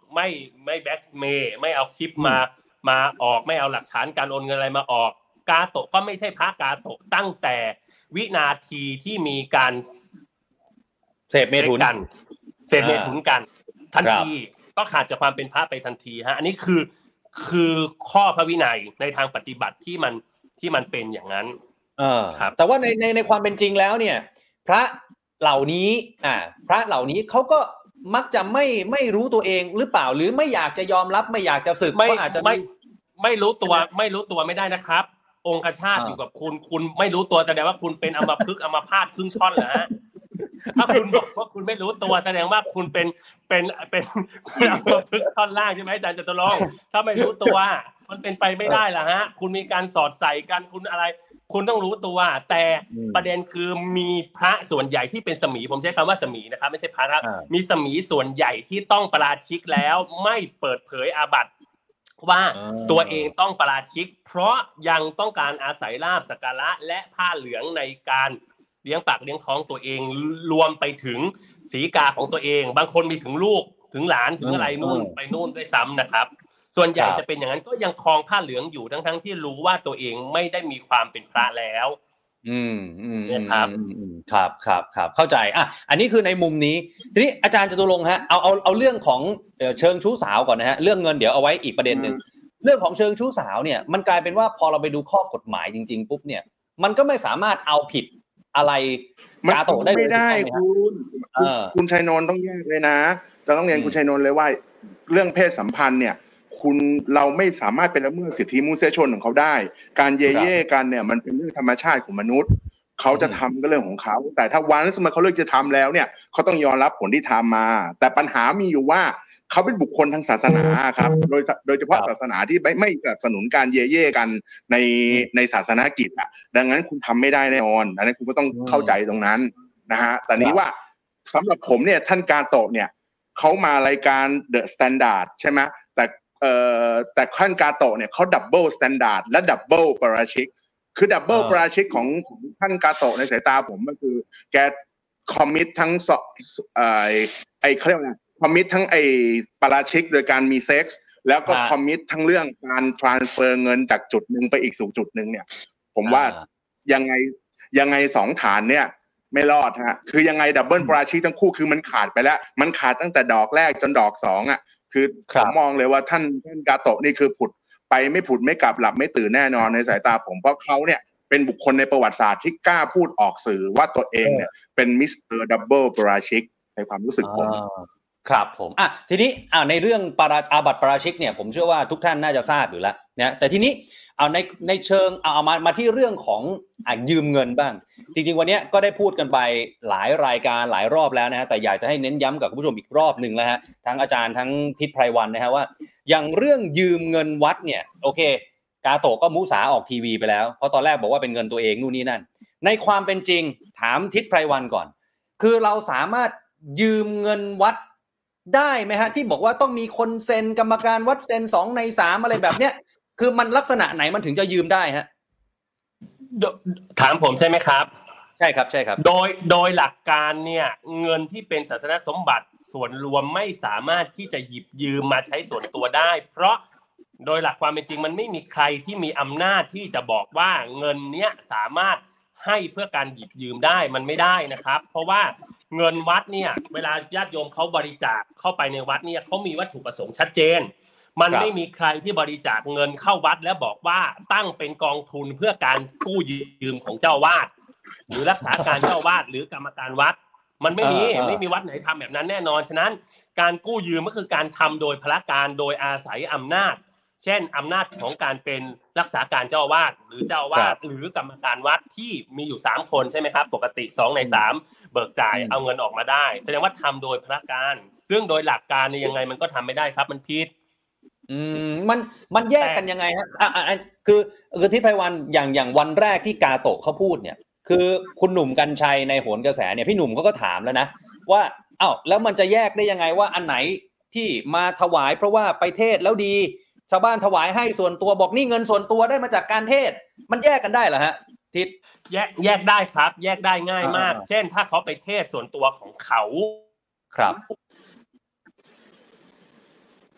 [SPEAKER 6] ไม่แบ็กเมย์ไม่เอาคลิปมาออกไม่เอาหลักฐานการโอนเงินอะไรมาออกกาโตะก็ไม่ใช่พระกาโตะตั้งแต่วินาทีที่มีการ
[SPEAKER 4] เสพเมถุน
[SPEAKER 6] กันทันทีก็ขาดจากความเป็นพระไปทันทีฮะอันนี้คือข้อพระวินัยในทางปฏิบัติที่มันเป็นอย่างนั้น
[SPEAKER 4] ครับแต่ว่าในความเป็นจริงแล้วเนี่ยพระเหล่านี้เขาก็มักจะไม่รู้ตัวเองหรือเปล่าหรือไม่อยากจะยอมรับไม่อยากจะสึกก็อาจจะ
[SPEAKER 6] ไม่รู้ตัวไม่ได้นะครับองคชาตอยู่กับคุณไม่รู้ตัวแสดงว่าคุณเป็นอัมพฤกษ์อัมพาตครึ่งช่อนเหรอฮะถ้าคุณบอกว่าคุณไม่รู้ตัวแสดงว่าคุณเป็นอัมพฤกษ์ท่อนล่างใช่ไหมอาจารย์จตุรงค์ถ้าไม่รู้ตัวมันเป็นไปไม่ได้ล่ะฮะคุณมีการสอดใส่กันคุณอะไรคุณต้องรู้ตัวแต่ประเด็นคือมีพระส่วนใหญ่ที่เป็นสมีผมใช้คำว่าสมีนะครับไม่ใช่พระครับมีสมีส่วนใหญ่ที่ต้องปราชิกแล้วไม่เปิดเผยอาบัติว่าตัวเองต้องปราชิกเพราะยังต้องการอาศัยลาภสักการะและผ้าเหลืองในการเลี้ยงปากเลี้ยงท้องตัวเองรวมไปถึงศีกาของตัวเองบางคนมีถึงลูกถึงหลานถึงอะไรนู่นไปนู่นด้วยซ้ำนะครับส่วนใหญ่จะเป็นอย่างนั้นก็ยังครองผ้าเหลืองอยู่ทั้งที่รู้ว่าตัวเองไม่ได้มีความเป็นพระแล้ว
[SPEAKER 4] นะครับครับเข้าใจอันนี้คือในมุมนี้ทีนี้อาจารย์จตุรงค์ฮะเอาเรื่องของเชิงชู้สาวก่อนนะฮะเรื่องเงินเดี๋ยวเอาไว้อีกประเด็นนึงเรื่องของเชิงชู้สาวเนี่ยมันกลายเป็นว่าพอเราไปดูข้อกฎหมายจริงๆปุ๊บเนี่ยมันก็ไม่สามารถเอาผิดอะไรกาโตะได้
[SPEAKER 5] ไม่ได้คุณชัยนนท์ต้องแยกเลยนะจะต้องเรียนคุณชัยนนท์เลยว่าเรื่องเพศสัมพันธ์เนี่ยเราไม่สามารถเป็นละเมิดสิทธิมนุษยชนของเขาได้การเย่กันเนี่ยมันเป็นเรื่องธรรมชาติของมนุษย์เขาจะทำก็เรื่องของเขาแต่ถ้าวันสมมติเขาเลือกจะทำแล้วเนี่ยเขาต้องยอมรับผลที่ทำมาแต่ปัญหามีอยู่ว่าเขาเป็นบุคคลทางศาสนาครับโดยเฉพาะศาสนาที่ไม่สนับสนุนการเย่กันในศาสนากิจดังนั้นคุณทำไม่ได้แน่นอนดังนั้นคุณก็ต้องเข้าใจตรงนั้นนะฮะแต่นี้ว่าสำหรับผมเนี่ยท่านกาโตะเนี่ยเขามารายการ The Standard ใช่ไหมแต่ท่านกาโตะเนี่ยเขาดับเบิลสแตนดาร์ดและดับเบิลปราชิกคือดับเบิลปราชิกของท่านกาโตะในสายตาผมก็คือแกคอมมิตทั้งเขาเรียกว่าคอมมิตทั้งปราชิกโดยการมีเซ็กส์แล้วก็คอมมิตทั้งเรื่องการทรานสเฟอร์เงินจากจุดนึงไปอีกสู่จุดนึงเนี่ยผมว่ายังไงสองฐานเนี่ยไม่รอดฮะคือยังไงดับเบิลปราชิกทั้งคู่คือมันขาดไปแล้วมันขาดตั้งแต่ดอกแรกจนดอกสองคือผมมองเลยว่าท่านกาโตะนี่คือผุดไปไม่ผุดไม่กลับหลับไม่ตื่นแน่นอนในสายตาผมเพราะเขาเนี่ยเป็นบุคคลในประวัติศาสตร์ที่กล้าพูดออกสื่อว่าตัวเองเนี่ยเป็นมิสเตอร์ดับเบิลปราชิกในความรู้สึกผม
[SPEAKER 4] ครับผมทีนี้ในเรื่องอาบัติปราชิกเนี่ยผมเชื่อว่าทุกท่านน่าจะทราบอยู่แล้วนะแต่ทีนี้เอาในเชิงเอามาที่เรื่องของยืมเงินบ้างจริงๆวันนี้ก็ได้พูดกันไปหลายรายการหลายรอบแล้วนะฮะแต่อยากจะให้เน้นย้ำกับคุณผู้ชมอีกรอบนึงแล้วฮะทั้งอาจารย์ทั้งทิศไพรวันนะฮะว่าอย่างเรื่องยืมเงินวัดเนี่ยโอเคกาโตะก็มุสาออกทีวีไปแล้วเพราะตอนแรกบอกว่าเป็นเงินตัวเองนู่นนี่นั่นในความเป็นจริงถามทิศไพรวันก่อนคือเราสามารถยืมเงินวัดได้ไหมฮะที่บอกว่าต้องมีคนเซ็นกรรมการวัดเซ็น2 ใน 3อะไรแบบเนี้ยคือมันลักษณะไหนมันถึงจะยืมได้ฮะ
[SPEAKER 6] ถามผมใช่ไหมครับ
[SPEAKER 4] ใช่ครับ
[SPEAKER 6] โดยหลักการเนี่ยเงินที่เป็นศาสนสมบัติส่วนรวมไม่สามารถที่จะหยิบยืมมาใช้ส่วนตัวได้เพราะโดยหลักความเป็นจริงมันไม่มีใครที่มีอำนาจที่จะบอกว่าเงินเนี้ยสามารถให้เพื่อการหยิบยืมได้มันไม่ได้นะครับเพราะว่าเงินวัดเนี่ยเวลาญาติโยมเขาบริจาคเข้าไปในวัดเนี่ยเขามีวัตถุประสงค์ชัดเจนมันไม่มีใครที่บริจาคเงินเข้าวัดแล้วบอกว่าตั้งเป็นกองทุนเพื่อการกู้ยืมของเจ้าวาดหรือรักษาการเจ้าวาดหรือกรรมการวัดมันไม่มีวัดไหนทำแบบนั้นแน่นอนฉะนั้นการกู้ยืมก็คือการทำโดยพละการโดยอาศัยอำนาจเช่นอำนาจของการเป็นรักษาการเจ้าวาดหรือเจ้าวาดหรือกรรมการวัดที่มีอยู่3คนใช่ไหมครับปกติ2 ใน 3เบิกจ่ายเอาเงินออกมาได้แสดงว่าทำโดยพละการซึ่งโดยหลักการนี่ยังไงมันก็ทำไม่ได้ครับมันผิด
[SPEAKER 4] มันแยกกันยังไงฮะคือทิศไพรวันอย่างวันแรกที่กาโตะเขาพูดเนี่ยคือคุณหนุ่มกรรชัยในโหนกระแสเนี่ยพี่หนุ่มเขาก็ถามแล้วนะว่าแล้วมันจะแยกได้ยังไงว่าอันไหนที่มาถวายเพราะว่าไปเทศแล้วดีชาวบ้านถวายให้ส่วนตัวบอกนี่เงินส่วนตัวได้มาจากการเทศมันแยกกันได้เหรอฮะทิศ
[SPEAKER 6] แยกได้ครับแยกได้ง่ายมากเช่นถ้าเขาไปเทศส่วนตัวของเขา
[SPEAKER 4] ครับ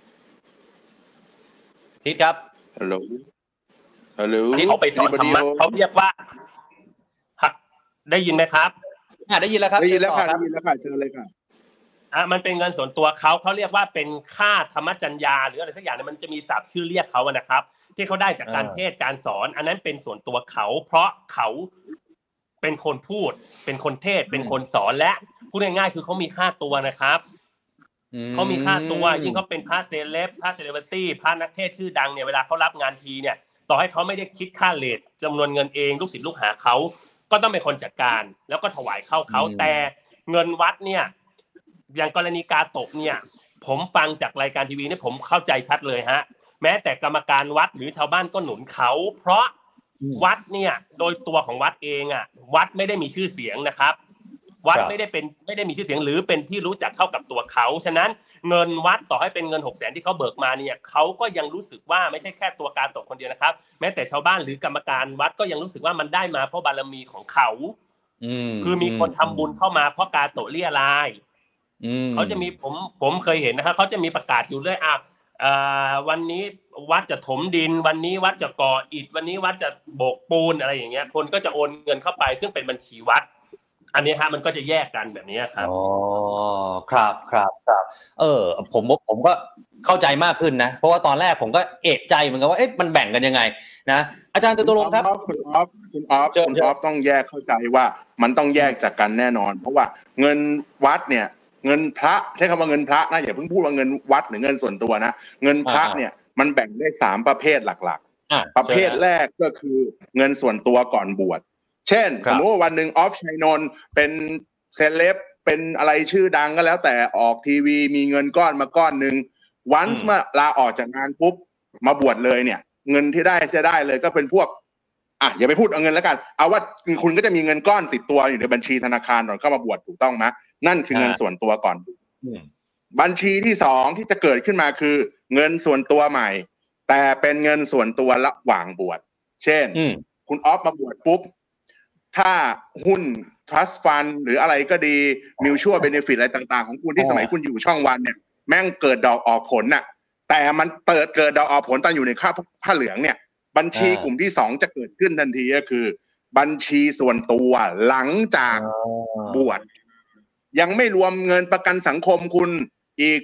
[SPEAKER 4] ทิศครับ
[SPEAKER 5] ฮัลโหล
[SPEAKER 6] อันนี้เขาไปสอนธรรมะเขาเรียกว่าได้ยินไหมครับ
[SPEAKER 4] ได้ยินแล้วครับ
[SPEAKER 5] ได้ยินแล้วค่ะเชิญเลยค่ะ
[SPEAKER 6] มันเป็นเงินส่วนตัวเขาเรียกว่าเป็นค่าธรรมจัญญาหรืออะไรสักอย่างมันจะมีศัพท์ชื่อเรียกเขานะครับที่เขาได้จากการเทศการสอนอันนั้นเป็นส่วนตัวเขาเพราะเขาเป็นคนพูดเป็นคนเทศเป็นคนสอนและพูดง่ายๆคือเขามีค่าตัวนะครับเขามีค่าตัวยิ่งเขาเป็นพระเซเลบพระเซเลบริตี้พระนักเทศชื่อดังเนี่ยเวลาเขารับงานทีเนี่ยต่อให้เขาไม่ได้คิดค่าเรทจำนวนเงินเองลูกศิษย์ลูกหาเขาก็ต้องเป็นคนจัดการแล้วก็ถวายเข้าเขาแต่เงินวัดเนี่ยอย่างกรณีกาโตะเนี่ยผมฟังจากรายการทีวีเนี่ยผมเข้าใจชัดเลยฮะแม้แต่กรรมการวัดหรือชาวบ้านก็หนุนเขาเพราะวัดเนี่ยโดยตัวของวัดเองอ่ะวัดไม่ได้มีชื่อเสียงนะครับวัดไม่ได้มีชื่อเสียงหรือเป็นที่รู้จักเท่ากับตัวเขาฉะนั้นเงินวัดต่อให้เป็นเงิน 600,000 ที่เขาเบิกมาเนี่ยเขาก็ยังรู้สึกว่าไม่ใช่แค่ตัวกาโตะคนเดียวนะครับแม้แต่ชาวบ้านหรือกรรมการวัดก็ยังรู้สึกว่ามันได้มาเพราะบารมีของเขาคือมีคนทำบุญเข้ามาเพราะกาโตะเรี่ยรายเขาจะมีผมเคยเห็นนะครับเขาจะมีประกาศอยู่เรื่อยวันนี้วัดจะถมดินวันนี้วัดจะก่ออิฐวันนี้วัดจะโบกปูนอะไรอย่างเงี้ยคนก็จะโอนเงินเข้าไปซึ่งเป็นบัญชีวัดอันนี้ฮะมันก็จะแยกกันแบบนี้ครับ
[SPEAKER 4] อ๋อครับผมก็เข้าใจมากขึ้นนะเพราะว่าตอนแรกผมก็เอะใจเหมือนกันว่ามันแบ่งกันยังไงนะอาจารย์จตุรงค์ครับ
[SPEAKER 5] คุณออฟต้องแยกเข้าใจว่ามันต้องแยกจากกันแน่นอนเพราะว่าเงินวัดเนี่ยเงินพระใช้คำว่าเงินพระนะอย่าเพิ่งพูดว่าเงินวัดหรือเงินส่วนตัวนะเงินพระเนี่ยมันแบ่งได้3ประเภทหลักๆประเภทแรกก็คือเงินส่วนตัวก่อนบวชเช่นสมมติว่าวันหนึ่งออฟชัยนนท์เป็นเซเลบเป็นอะไรชื่อดังก็แล้วแต่ออกทีวีมีเงินก้อนมาก้อนนึงวันเมื่อลาออกจากงานปุ๊บมาบวชเลยเนี่ยเงินที่จะได้เลยก็เป็นพวกอย่าไปพูดเอาเงินแล้วกันเอาว่าคุณก็จะมีเงินก้อนติดตัวอยู่ในบัญชีธนาคารก่อนเข้ามาบวชถูกต้องไหมนั่นคือเงินส่วนตัวก่อนบัญชีที่2ที่จะเกิดขึ้นมาคือเงินส่วนตัวใหม่แต่เป็นเงินส่วนตัวระหว่างบวชเช่นคุณออฟมาบวชปุ๊บถ้าหุ้น trust fund หรืออะไรก็ดี mutual benefit อะไรต่างๆของคุณที่สมัยคุณอยู่ช่องวันเนี่ยแม่งเกิดดอกออกผลน่ะแต่มันเกิดดอกออกผลตอนอยู่ในค่าผ้าเหลืองเนี่ยบัญชีกลุ่มที่2จะเกิดขึ้นทันทีก็คือบัญชีส่วนตัวหลังจากบวชยังไม่รวมเงินประกันสังคมคุณอีก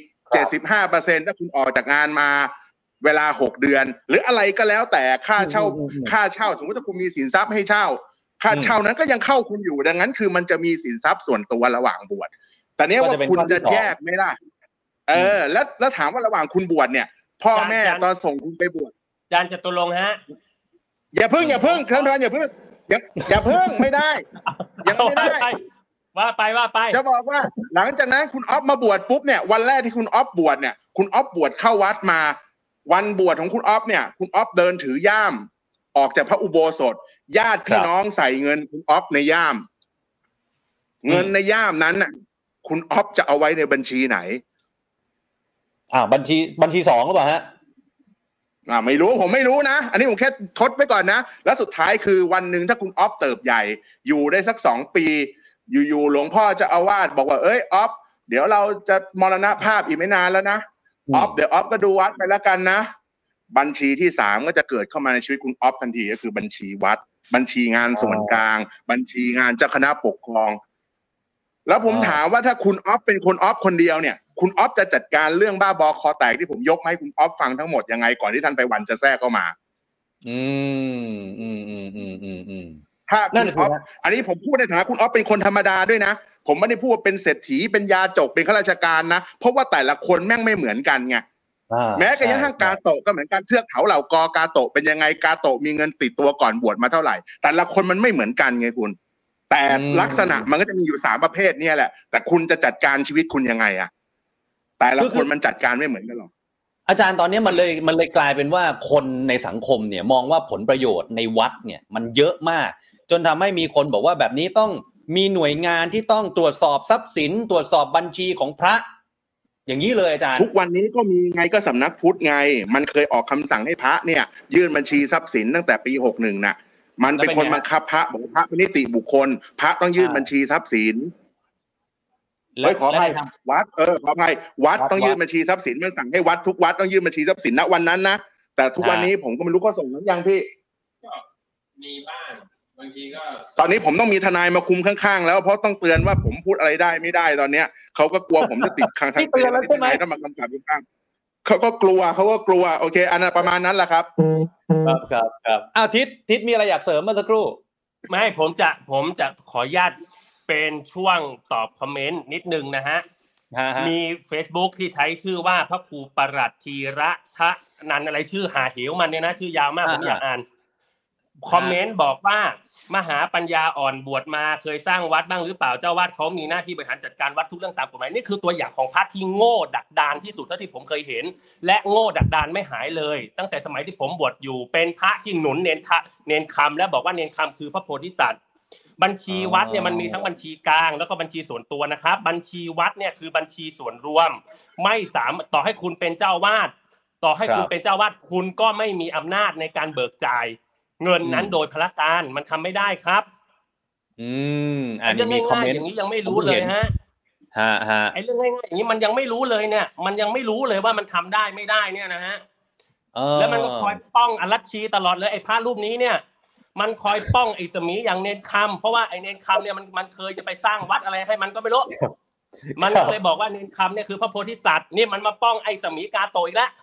[SPEAKER 5] 75% ถ้าคุณออกจากงานมาเวลา6เดือนหรืออะไรก็แล้วแต่ค่าเช่าสมมติถ้าคุณมีสินทรัพย์ให้เช่าค่าเช่านั้นก็ยังเข้าคุณอยู่ดังนั้นคือมันจะมีสินทรัพย์ส่วนตัวระหว่างบวชแต่เนี้ยว่าคุณจะแยกไม่ได้แล้วถามว่าระหว่างคุณบวชเนี่ยพ่อแม่ตอนส่งคุณไปบวช
[SPEAKER 6] อาจารย์จตุรงค์ฮะ
[SPEAKER 5] อย่าเพิ่งท่านอย่าเพิ่งไม่ได้ยังไม่ได้
[SPEAKER 6] ว่าไป
[SPEAKER 5] จะบอกว่าหลังจากนั้นคุณออฟมาบวชปุ๊บเนี่ยวันแรกที่คุณออฟบวชเนี่ยคุณออฟบวชเข้าวัดมาวันบวชของคุณออฟเนี่ยคุณออฟเดินถือย่ามออกจากพระอุโบสถญาติพี่น้องใส่เงินคุณออฟในย่ามเงินในย่ามนั้นน่ะคุณออฟจะเอาไว้ในบัญชีไหน
[SPEAKER 4] บัญชี2หรือเปล่าฮะ
[SPEAKER 5] ไม่รู้ผมไม่รู้นะอันนี้ผมแค่ทดไว้ก่อนนะแล้วสุดท้ายคือวันหนึ่งถ้าคุณออฟเติบใหญ่อยู่ได้สัก2ปีอยู่หลวงพ่อเจ้าอาวาสบอกว่าเอ้ยออฟเดี๋ยวเราจะมรณภาพอีกไม่นานแล้วนะออฟเดี๋ยวออฟก็ดูวัดไปแล้วกันนะบัญชีที่3ก็จะเกิดเข้ามาในชีวิตคุณออฟทันทีก็คือบัญชีวัดบัญชีงานส่วนกลางบัญชีงานเจ้าคณะปกครองแล้วผมถามว่าถ้าคุณออฟเป็นคนออฟคนเดียวเนี่ยคุณออฟจะจัดการเรื่องบ้าบอคอแตกที่ผมยกให้คุณออฟฟังทั้งหมดยังไงก่อนที่ท่านไปวันจะแทรกเข้ามาถ้าคุณออฟอันนี้ผมพูดในฐานะคุณออฟเป็นคนธรรมดาด้วยนะผมไม่ได้พูดว่าเป็นเศรษฐีเป็นยาจกเป็นข้าราชการนะเพราะว่าแต่ละคนแม่งไม่เหมือนกันไงแม้กระทั่งกาโตะก็เหมือนกันเทือกเขาเหล่ากอกาโตะเป็นยังไงกาโตะมีเงินติดตัวก่อนบวชมาเท่าไหร่แต่ละคนมันไม่เหมือนกันไงคุณแต่ลักษณะมันก็จะมีอยู่3ประเภทนี่แหละแต่คุณจะจัดการชีวิตคุณยังไงแต่ละคนมันจัดการไม่เหมือนกันหรอก
[SPEAKER 4] อาจารย์ตอนนี้มันเลยกลายเป็นว่าคนในสังคมเนี่ยมองว่าผลประโยชน์ในวัดเนี่ยมันเยอะมากจนทำให้มีคนบอกว่าแบบนี้ต้องมีหน่วยงานที่ต้องตรวจสอบทรัพย์สินตรวจสอบบัญชีของพระอย่างนี้เลยอาจารย์
[SPEAKER 5] ทุกวันนี้ก็มีไงก็สำนักพุทธไงมันเคยออกคำสั่งให้พระเนี่ยยื่นบัญชีทรัพย์สินตั้งแต่ปี61น่ะมันเป็นคนบังคับพระบอกพระเป็นนิติบุคคลพระต้องยื่นบัญชีทรัพย์สินขออภัยวัดขออภัยวัดต้องยื่นบัญชีทรัพย์สินมันสั่งให้วัดทุกวัดต้องยื่นบัญชีทรัพย์สินณวันนั้นนะแต่ทุกวันนี้ผมก็ไม่รู้เขาส่งนั้นยังพี่
[SPEAKER 7] ก็มีบ้างบางทีก็
[SPEAKER 5] ตอนนี้ผมต้องมีทนายมาคุมข้างๆแล้วเพราะต้องเตือนว่าผมพูดอะไรได้ไม่ได้ตอนเนี้ยเขาก็กลัวผมจะติดทาง
[SPEAKER 4] ที่เตือนแล้วใช่ไหม
[SPEAKER 5] ต้องมากำกับข้างเขาก็กลัวโอเคอันนั้นประมาณนั้นแหละครับ
[SPEAKER 4] ครับทิศมีอะไรอยากเสริมเมื่อสักครู่
[SPEAKER 6] ไม่ผมจะขออนุญาตเป็นช่วงตอบคอมเมนต์นิดนึงนะฮะมี Facebook ที่ใช้ชื่อว่าพระครูปรัตทีระทะนันอะไรชื่อหาเหวมันเนี่ยนะชื่อยาวมากผมอยากอ่านคอมเมนต์บอกว่ามหาปัญญาอ่อนบวชมาเคยสร้างวัดบ้างหรือเปล่าเจ้าวาดเขามีหน้าที่บริหารจัดการวัดทุกเรื่องตามกฎหมายนี่คือตัวอย่างของพระที่โง่ดักดานที่สุดเท่าที่ผมเคยเห็นและโง่ดักดานไม่หายเลยตั้งแต่สมัยที่ผมบวชอยู่เป็นพระที่หนุนเนนคำและบอกว่าเนนคำคือพระโพธิสัตว์บัญชีวัดเนี่ยมันมีทั้งบัญชีกลางแล้วก็บัญชีส่วนตัวนะครับบัญชีวัดเนี่ยคือบัญชีส่วนรวมไม่สามารถต่อให้คุณเป็นเจ้าวาดคุณก็ไม่มีอำนาจในการเบิกจ่ายเงินนั้นโดยพละการมันทำไม่ได้ครับ
[SPEAKER 4] อันนี้มีคอมเมนต์
[SPEAKER 6] อย่างนี้ยังไม่รู้เลยฮะไอ้เรื่องง่ายๆอย่างนี้มันยังไม่รู้เลยเนี่ยมันยังไม่รู้เลยว่ามันทำได้ไม่ได้เนี่ยนะฮะแล้วมันก็คอยป้องอรัชชีตลอดเลยไอ้พระรูปนี้เนี่ยมันคอยป้องไอ้สมีอย่างเนนคำเพราะว่าไอ้เนนคำเนี่ยมันเคยจะไปสร้างวัดอะไรให้มันก็ไม่รู้มันเลยบอกว่าเนนคำเนี่ยคือพระโพธิสัตว์นี่มันมาป้องไอ้สมีกาโตอีกแล้ว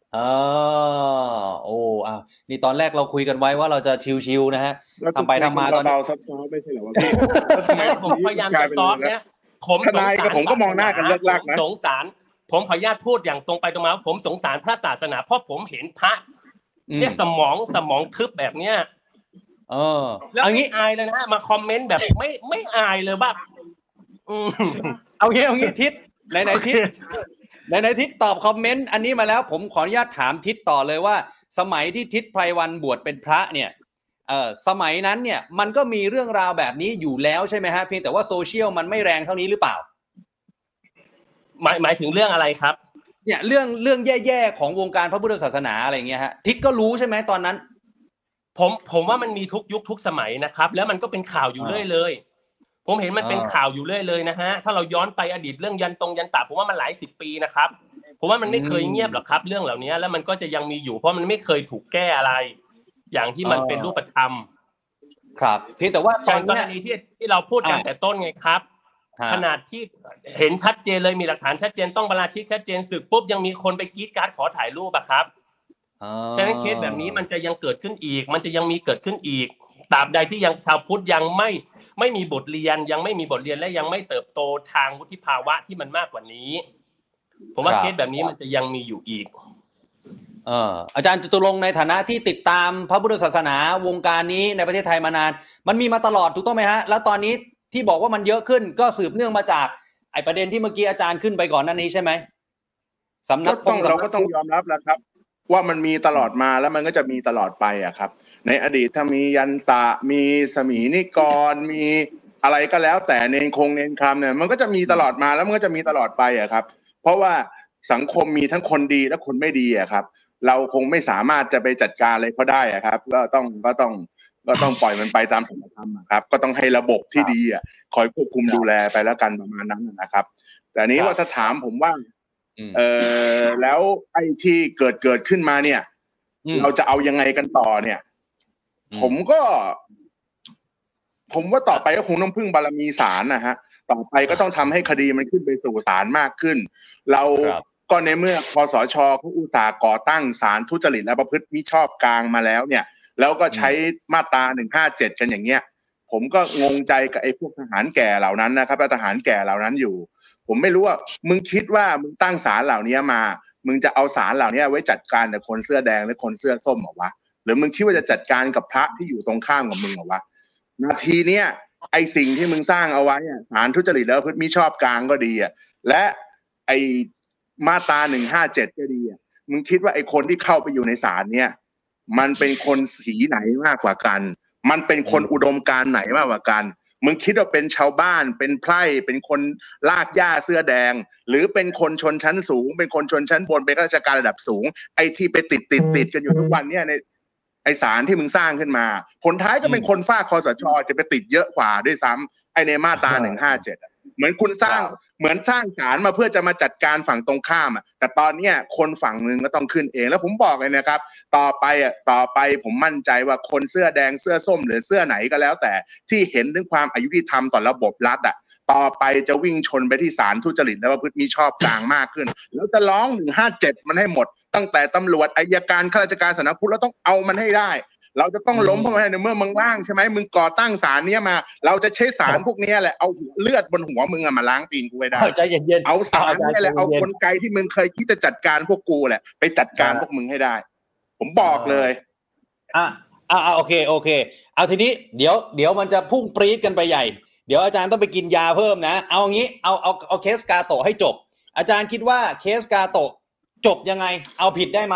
[SPEAKER 4] นี่ตอนแรกเราคุยกันไว้ว่าเราจะชิวๆนะฮะทำไปทำมาตอนนี้
[SPEAKER 5] เราซับซ้อนไม่ใช่เหรอวะพี่
[SPEAKER 6] ผมพยายามจะซอฟเนี่ย
[SPEAKER 5] ทนายกับผมก็มองหน้ากันเลิกๆนะ
[SPEAKER 6] สงสารผมขออนุญาตพูดอย่างตรงไปตรงมาผมสงสารพระศาสนาเพราะผมเห็นพระเนี่ยสมองทึบแบบเนี้ยแล้วไม่อายเลยนะมาคอมเมนต์แบบไม่อายเลยว่า
[SPEAKER 4] เอางี้ทิศไหนทิศตอบคอมเมนต์อันนี้มาแล้วผมขออนุญาตถามทิศต่อเลยว่าสมัยที่ทิศไพรวันบวชเป็นพระเนี่ยสมัยนั้นเนี่ยมันก็มีเรื่องราวแบบนี้อยู่แล้วใช่ไหมฮะเพียงแต่ว่าโซเชียลมันไม่แรงเท่านี้หรือเปล่า
[SPEAKER 6] หมายถึงเรื่องอะไรครับ
[SPEAKER 4] เนี่ยเรื่องแย่ๆของวงการพระพุทธศาสนาอะไรอย่างเงี้ยฮะทิศก็รู้ใช่ไหมตอนนั้น
[SPEAKER 6] ผมว่ามันมีทุกยุคทุกสมัยนะครับแล้วมันก็เป็นข่าวอยู่เรื่อยเลยผมเห็นมันเป็นข่าวอยู่เรื่อยเลยนะฮะถ้าเราย้อนไปอดีตเรื่องยันตะผมว่ามันหลาย10ปีนะครับผมว่ามันไม่เคยเงียบหรอกครับเรื่องเหล่านี้แล้วมันก็จะยังมีอยู่เพราะมันไม่เคยถูกแก้อะไรอย่างที่มันเป็นรูปธรรม
[SPEAKER 4] ครับเพียงแต่ว่า
[SPEAKER 6] ตอนกรณีที่เราพูดกันแต่ต้นไงครับขนาดที่เห็นชัดเจนเลยมีหลักฐานชัดเจนต้องปาราชิกชัดเจนสึกปุ๊บยังมีคนไปกรี๊ดกราดขอถ่ายรูปอะครับฉะนั้นเคสแบบนี้มันจะยังเกิดขึ้นอีกมันจะยังมีเกิดขึ้นอีกตราบใดที่ยังชาวพุทธยังไม่มีบทเรียนยังไม่มีบทเรียนและยังไม่เติบโตทางวุฒิภาวะที่มันมากกว่านี้ผมว่าเคสแบบนี้มันจะยังมีอยู่อีก
[SPEAKER 4] อาจารย์จตุรงค์ในฐานะที่ติดตามพระพุทธศาสนาวงการนี้ในประเทศไทยมานานมันมีมาตลอดถูกต้องไหมฮะแล้วตอนนี้ที่บอกว่ามันเยอะขึ้นก็สืบเนื่องมาจากไอ้ประเด็นที่เมื่อกี้อาจารย์ขึ้นไปก่อนหน้านี้ใช่ไหม
[SPEAKER 5] สำนักเราก็ต้องยอมรับแล้วครับว่ามันมีตลอดมาแล้วมันก็จะมีตลอดไปอะครับในอดีตถ้ามียันตะมีสมีนิกรมีอะไรก็แล้วแต่เนนคำเนี่ยมันก็จะมีตลอดมาแล้วมันก็จะมีตลอดไปอะครับเพราะว่าสังคมมีทั้งคนดีและคนไม่ดีอะครับเราคงไม่สามารถจะไปจัดการอะไรเขาได้อะครับก็ต้องปล่อยมันไปตามธรรมชาติครับก็ต้องให้ระบบที่ดีอะคอยควบคุมดูแลไปแล้วกันประมาณนั้นนะครับแต่นี้ว่าถ้าถามผมว่าแล้วไอ้ที่เกิดขึ้นมาเนี่ยเราจะเอายังไงกันต่อเนี่ยผมว่าต่อไปก็คงต้องพึ่งบารมีศาลนะฮะต่อไปก็ต้องทำให้คดีมันขึ้นไปสู่ศาลมากขึ้นเราก็ในเมื่อคสช.เขาอุตส่าห์ก่อตั้งศาลทุจริตและประพฤติมิชอบกลางมาแล้วเนี่ยแล้วก็ใช้มาตรา157กันอย่างเงี้ยผมก็งงใจกับไอ้พวกทหารแก่เหล่านั้นนะครับทหารแก่เหล่านั้นอยู่ผมไม่รู้ว่ามึงคิดว่ามึงตั้งศาลเหล่านี้มามึงจะเอาศาลเหล่านี้ไว้จัดการกับคนเสื้อแดงหรือคนเสื้อส้มเหรอวะหรือมึงคิดว่าจะจัดการกับพระที่อยู่ตรงข้ามกับมึงเหรอวะนาทีเนี้ยไอ้สิ่งที่มึงสร้างเอาไว้ศาลทุจริตและประพฤติมิชอบกลางก็ดีและไอ้มาตรา157ก็ดีมึงคิดว่าไอ้คนที่เข้าไปอยู่ในศาลเนี่ยมันเป็นคนสีไหนมากกว่ากันมันเป็นคนอุดมการณ์ไหนมากกว่ากันมึงคิดว่าเป็นชาวบ้านเป็นไพร่เป็นคนลากหญ้าเสื้อแดงหรือเป็นคนชนชั้นสูงเป็นคนชนชั้นบนเป็นข้าราชการระดับสูงไอ้ที่ไปติดกันอยู่ทุกวันเนี่ยในไอ้ศาลที่มึงสร้างขึ้นมาผลท้ายก็เป็นคนฝ้าคสช.จะไปติดเยอะกว่าด้วยซ้ำไอ้ในมาตรา157 เหมือนคุณสร้างศาลมาเพื่อจะมาจัดการฝั่งตรงข้ามแต่ตอนเนี้ยคนฝั่งนึงก็ต้องขึ้นเองแล้วผมบอกเลยนะครับต่อไปผมมั่นใจว่าคนเสื้อแดงเสื้อส้มหรือเสื้อไหนก็แล้วแต่ที่เห็นถึงความอายุติธรรมต่อระบบรัฐต่อไปจะวิ่งชนไปที่ศาลทุจริตและประพฤติมิชอบกลางมากขึ้นแล้วจะร้อง157มันให้หมดตั้งแต่ตำรวจอัยการข้าราชการสาธารณพุทธแล้วต้องเอามันให้ได้เราจะต้องล้มเพราะในเมื่อมึงว่างใช่ไหมมึงก่อตั้งศาลเนี้ยมาเราจะใช้ศาลพวกนี้แหละเอาเลือดบนหัวมึงมาล้างตีนกูไว้ได้
[SPEAKER 4] ใจเย็นๆ
[SPEAKER 5] เอาศาลนี่แหละเอากลไกที่มึงเคยคิดจะจัดการพวกกูแหละไปจัดการพวกมึงให้ได้ผมบอกเลย
[SPEAKER 4] โอเคเอาทีนี้เดี๋ยวมันจะพุ่งปรี๊ดกันไปใหญ่เดี๋ยวอาจารย์ต้องไปกินยาเพิ่มนะเอางี้เอาเคสกาโตะให้จบอาจารย์คิดว่าเคสกาโตะจบยังไงเอาผิดได้ไหม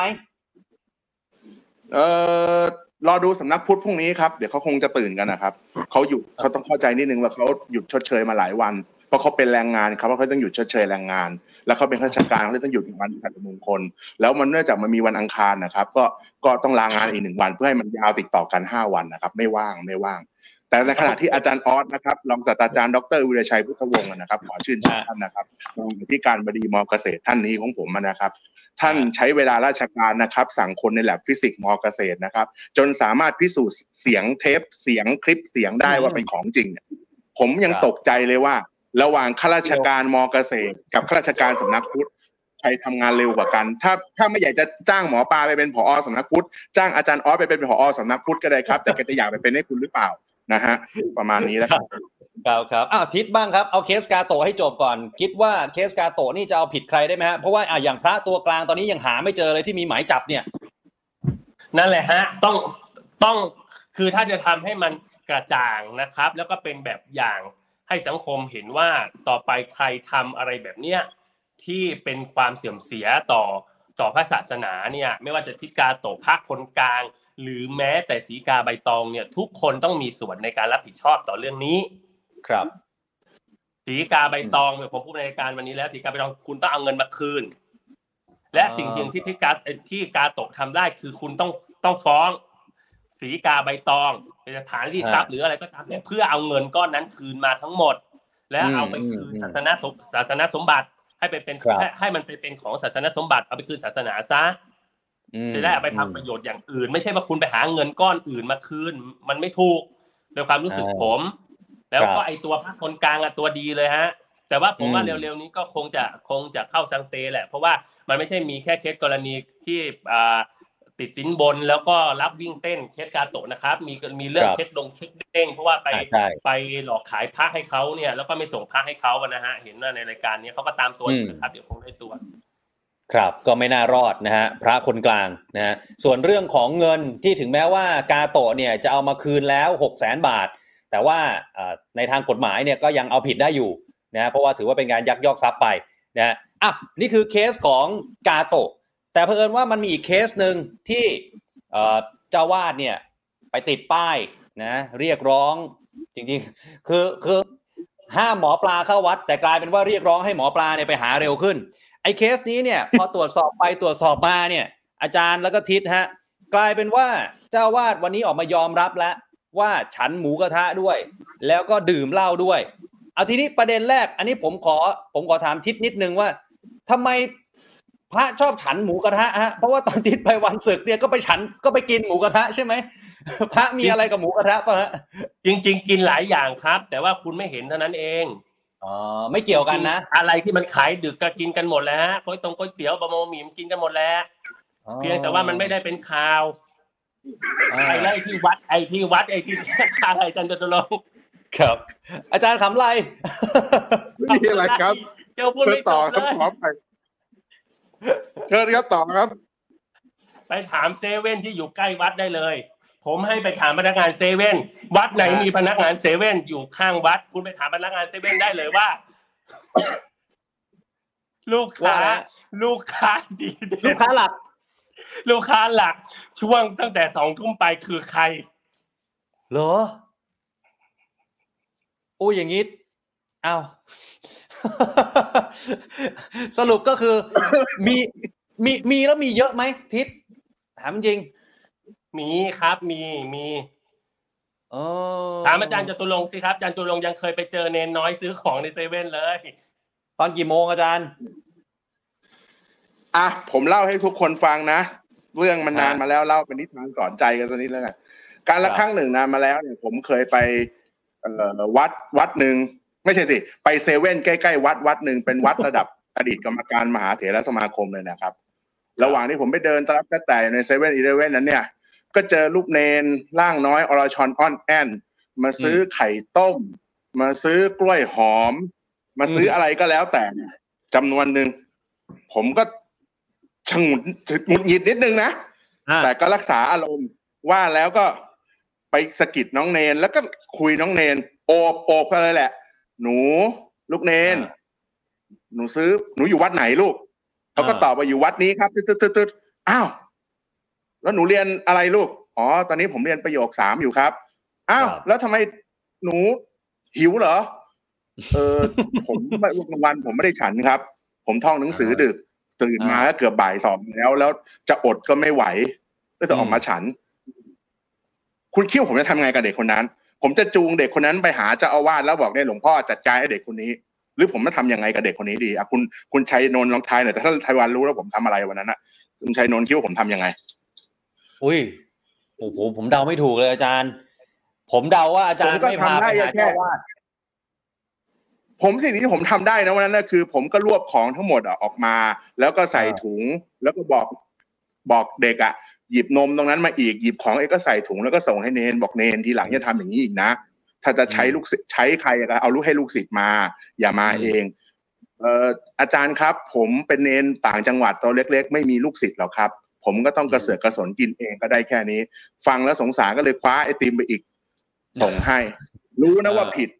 [SPEAKER 5] รอดูสำนักพุทธพรุ่งนี้ครับเดี๋ยวเขาคงจะตื่นกันนะครับเขาต้องเข้าใจนิดนึงว่าเขาหยุดชดเชยมาหลายวันเพราะเขาเป็นแรงงานครับว่าเขาต้องหยุดชดเชยแรงงานแล้วเขาเป็นข้าราชการเขาเลยต้องหยุดวันพฤหัสมงคลแล้วมันเนื่องจากมันมีวันอังคารนะครับก็ต้องลางานอีก1วันเพื่อให้มันยาวติดต่อกัน5วันนะครับไม่ว่างแต่ในขณะที่อาจารย์ออสนะครับรองศาสตราจารย์ดร.วิรชัยพุทธวงศ์นะครับขอชื่นชมท่านนะครับรองอธิการบดีม.เกษตรท่านนี้ของผมนะครับท่านใช้เวลาราชการนะครับสั่งคนในแลบฟิสิกส์ม.เกษตรนะครับจนสามารถพิสูจน์เสียงเทปเสียงคลิปเสียงได้ว่าเป็นของจริงผมยังตกใจเลยว่าระหว่างข้าราชการม.เกษตรกับข้าราชการสำนักพุทธใครทำงานเร็วกว่ากันถ้าไม่อยากจะจ้างหมอปลาไปเป็นผอ.สำนักพุทธจ้างอาจารย์ออสไปเป็นผอ.สำนักพุทธก็ได้ครับแต่แกจะอยากไปเป็นให้คุณหรือเปล่านะฮะประมาณนี้แล้ว
[SPEAKER 4] ครับทิศบ้างครับเอาเคสกาโตะให้จบก่อนคิดว่าเคสกาโตะนี่จะเอาผิดใครได้ไหมฮะเพราะว่าอย่างพระตัวกลางตอนนี้ยังหาไม่เจอเลยที่มีหมายจับเนี่ย
[SPEAKER 6] นั่นแหละฮะต้องคือถ้าจะทำให้มันกระจ่างนะครับแล้วก็เป็นแบบอย่างให้สังคมเห็นว่าต่อไปใครทำอะไรแบบเนี้ยที่เป็นความเสื่อมเสียต่อพระศาสนาเนี่ยไม่ว่าจะทิศกาโตะพระคนกลางหรือแม้แต่สีกาใบตองเนี่ยทุกคนต้องมีส่วนในการรับผิดชอบต่อเรื่องนี้
[SPEAKER 4] ครับ
[SPEAKER 6] สีกาใบตองเนี่ยผมพูดในรายการวันนี้แล้วสีกาใบตองคุณต้องเอาเงินมาคืนและสิ่งที่กาโตะทำได้คือคุณต้องฟ้องสีกาใบตองเป็นฐานที่ทรัพย์หรืออะไรก็ตามแต่เพื่อเอาเงินก้อนนั้นคืนมาทั้งหมดแล้วเอาไปคืนศาสนสมบัติให้มันไปเป็นของศาสนสมบัติเอาไปคืนศาสนาซะจะได้เอาไปทำประโยชน์อย่างอื่นไม่ใช่ว่าคุณไปหาเงินก้อนอื่นมาคืนมันไม่ถูกโดยความรู้สึกผมแล้วก็ไอตัวพระคนกลางตัวดีเลยฮะแต่ว่าผมว่าเร็วๆนี้ก็คงจะเข้าซังเตแหละเพราะว่ามันไม่ใช่มีแค่เคสกรณีที่ติดสินบนแล้วก็รับวิ่งเต้นเคสกาโตะนะครับมีเรื่องเช็คเด้งเพราะว่าไปหลอกขายพระให้เขาเนี่ยแล้วก็ไม่ส่งพระให้เขานะฮะเห็นว่าในรายการนี้เขาก็ตามตัวอยู่นะครับเดี๋ยวคงได้ตัว
[SPEAKER 4] ครับก็ไม่น่ารอดนะฮะพระคนกลางนะฮะส่วนเรื่องของเงินที่ถึงแม้ว่ากาโตะเนี่ยจะเอามาคืนแล้ว 600,000 บาทแต่ว่าในทางกฎหมายเนี่ยก็ยังเอาผิดได้อยู่นะเพราะว่าถือว่าเป็นการยักยอกทรัพย์ไปนะนี่คือเคสของกาโตะแต่เผอิญว่ามันมีอีกเคสนึงที่เจ้าวาดเนี่ยไปติดป้ายนะเรียกร้องจริงๆคือห้ามหมอปลาเข้าวัดแต่กลายเป็นว่าเรียกร้องให้หมอปลาเนี่ยไปหาเร็วขึ้นไอ้เคสนี้เนี่ยพอตรวจสอบไปตรวจสอบมาเนี่ยอาจารย์แล้วก็ทิศฮะกลายเป็นว่าเจ้าวาดวันนี้ออกมายอมรับแล้วว่าฉันหมูกระทะด้วยแล้วก็ดื่มเหล้าด้วยเอาทีนี้ประเด็นแรกอันนี้ผมขอถามทิศนิดนึงว่าทำไมพระชอบฉันหมูกระทะฮะเพราะว่าตอนทิศไปวันศึกเนี่ยก็ไปกินหมูกระทะใช่ไหมพระมีอะไรกับหมูกระทะป่ะฮะ
[SPEAKER 6] จริงๆกินหลายอย่างครับแต่ว่าคุณไม่เห็นเท่านั้นเอง
[SPEAKER 4] ไม่เกี่ยวกันนะ
[SPEAKER 6] อะไรที่มันขายดึกก็กินกันหมดแล้วฮะก๋วยเตี๋ยวบะหมี่กินกันหมดแล้วเพียงแต่ว่ามันไม่ได้เป็นข่าวไอ้ที่วัดไอ้ที่อะไรจันทรงค์
[SPEAKER 4] ครับอาจารย์ขำไร
[SPEAKER 5] นี่อะไรครับ
[SPEAKER 6] เจ้าพูดไม่ต่อครับขอไป
[SPEAKER 5] เชิญครับต่อครับ
[SPEAKER 6] ไปถามเซเว่นที่อยู่ใกล้วัดได้เลยผมให้ไปถามพนักงานเซเว่นวัดไหนมีพนักงานเซเว่นอยู่ข้างวัดคุณไปถามพนักงานเซเว่นได้เลยว่าลูกค้าดี
[SPEAKER 4] ลูกค้าห
[SPEAKER 6] ลักช่วงตั้งแต่20:00 นไปคือใคร
[SPEAKER 4] เหรอโอ้อย่างงี้อ้าวสรุปก็คือมีแล้วมีเยอะไหมทิศถามจริง
[SPEAKER 6] มีครับมีถามอาจารย์จตุรงค์สิครับอาจารย์จตุรงค์ยังเคยไปเจอเนนน้อยซื้อของในเซเว่นเลย
[SPEAKER 4] ตอนกี่โมงอาจารย์
[SPEAKER 5] ผมเล่าให้ทุกคนฟังนะเรื่องมันนานมาแล้วเล่าเป็นนิทานสอนใจกันสักนิดแล้วกันการละครั้งหนึ่งนานมาแล้วเนี่ยผมเคยไปวัดหนึ่งไม่ใช่สิไปเซเว่นใกล้ๆวัดหนึ่งเป็นวัดระดับอดีตกรรมการมหาเถรสมาคมเลยนะครับระหว่างที่ผมไปเดินตะลับตะแต่ในเซเว่นอีเลฟเว่นนั้นเนี่ยก็เจอลูกเนนร่างน้อยอรชรอ้อนแอนมาซื้อไข่ต้มมาซื้อกล้วยหอมมาซื้ออะไรก็แล้วแต่จำนวนหนึ่งผมก็ชะงุดหงิดนิดนึงนะแต่ก็รักษาอารมณ์ว่าแล้วก็ไปสะกิดน้องเนนแล้วก็คุยน้องเนนโอบกันเลยแหละหนูลูกเนนหนูอยู่วัดไหนลูกเขาก็ตอบว่าอยู่วัดนี้ครับตึ๊ดอ้าวแล้วหนูเรียนอะไรลูกอ๋อตอนนี้ผมเรียนประโยค3อยู่ครับอ้าวแล้วทำไมหนูหิวเหรอผมวันผมไม่ได้ฉันครับผมท่องหนังสือดึกตื่นมาเกือบบ่าย2แล้วจะอดก็ไม่ไหวก็จะออกมาฉันคุณคิดว่าผมจะทำไงกับเด็กคนนั้นผมจะจูงเด็กคนนั้นไปหาเจ้าอาวาสแล้วบอกเนี่ยหลวงพ่อจัดการให้เด็กคนนี้หรือผมจะทำยังไงกับเด็กคนนี้ดีคุณชัยนนท์ลองทายหน่อยแต่ถ้าไทยวันรู้แล้วผมทำอะไรวันนั้นนะคุณชัยนนท์คิดว่าผมทำยังไง
[SPEAKER 4] อุ้ยโอ้โหผมเดาไม่ถูกเลยอาจารย์ผมเดาว่าอาจารย์ไม่พาไปหาเจ้าอาวาส
[SPEAKER 5] สิ่งที่ผมทำได้นะวันนั้นนะคือผมก็รวบของทั้งหมดออกมาแล้วก็ใส่ถุงแล้วก็บอกเด็กหยิบนมตรงนั้นมาอีกหยิบของก็ใส่ถุงแล้วก็ส่งให้เนนบอกเนนทีหลังอย่าทำอย่างนี้อีกนะถ้าจะใช้ใช้ใครก็เอาลูกให้ลูกศิษย์มาอย่ามาเองอาจารย์ครับผมเป็นเนนต่างจังหวัดตัวเล็กๆไม่มีลูกศิษย์หรอกครับผมก็ต้องกระเสือกกระสนกินเองก็ได้แค่นี้ฟังแล้วสงสารก็เลยคว้าไอติมไปอีกส่งให้รู้นะว่าผิด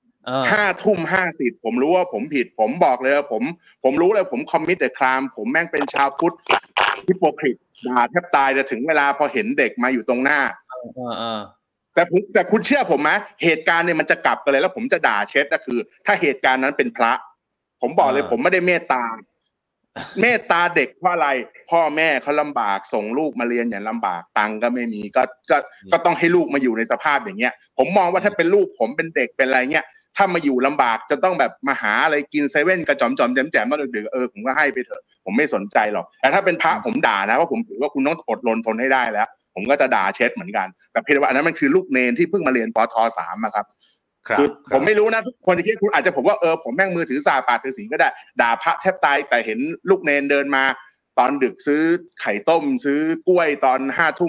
[SPEAKER 5] 5:50ผมรู้ว่าผมผิดผมบอกเลยว่าผมรู้เลยผมคอมมิตเดอะครามผมแม่งเป็นชาวพุทธฮิปโปคริตด่าแทบตายจะถึงเวลาพอเห็นเด็กมาอยู่ตรงหน้าแต่คุณเชื่อผมไหมเหตุการณ์เนี่ยมันจะกลับกันเลยแล้วผมจะด่าเช็ดก็คือถ้าเหตุการณ์นั้นเป็นพระผมบอกเลยผมไม่ได้เมตตาเด็กเพราะอะไรพ่อแม่เขาลำบากส่งลูกมาเรียนอย่างลำบากตังค์ก็ไม่มีก็ต้องให้ลูกมาอยู่ในสภาพอย่างเงี้ยผมมองว่าถ้าเป็นลูกผมเป็นเด็กเป็นอะไรเงี้ยถ้ามาอยู่ลำบากจะต้องแบบมาหาอะไรกินเซเว่นกระจอมแจมๆตอนดึกๆผมก็ให้ไปเถอะผมไม่สนใจหรอกแต่ถ้าเป็นพระผมด่านะว่าผมถือว่าคุณต้องอดรนทนให้ได้แล้วผมก็จะด่าเช็ดเหมือนกันแต่เพียงว่าอันนั้นมันคือลูกเนนที่เพิ่งมาเรียนปท.3ครับคือผมไม่รู้นะทุกคนที่คิดคุณอาจจะผมว่าผมแม่งมือถือสาปากถือศีลก็ได้ด่าพระแทบตายแต่เห็นลูกเนนเดินมาตอนดึกซื้อไข่ต้มซื้อกล้วยตอน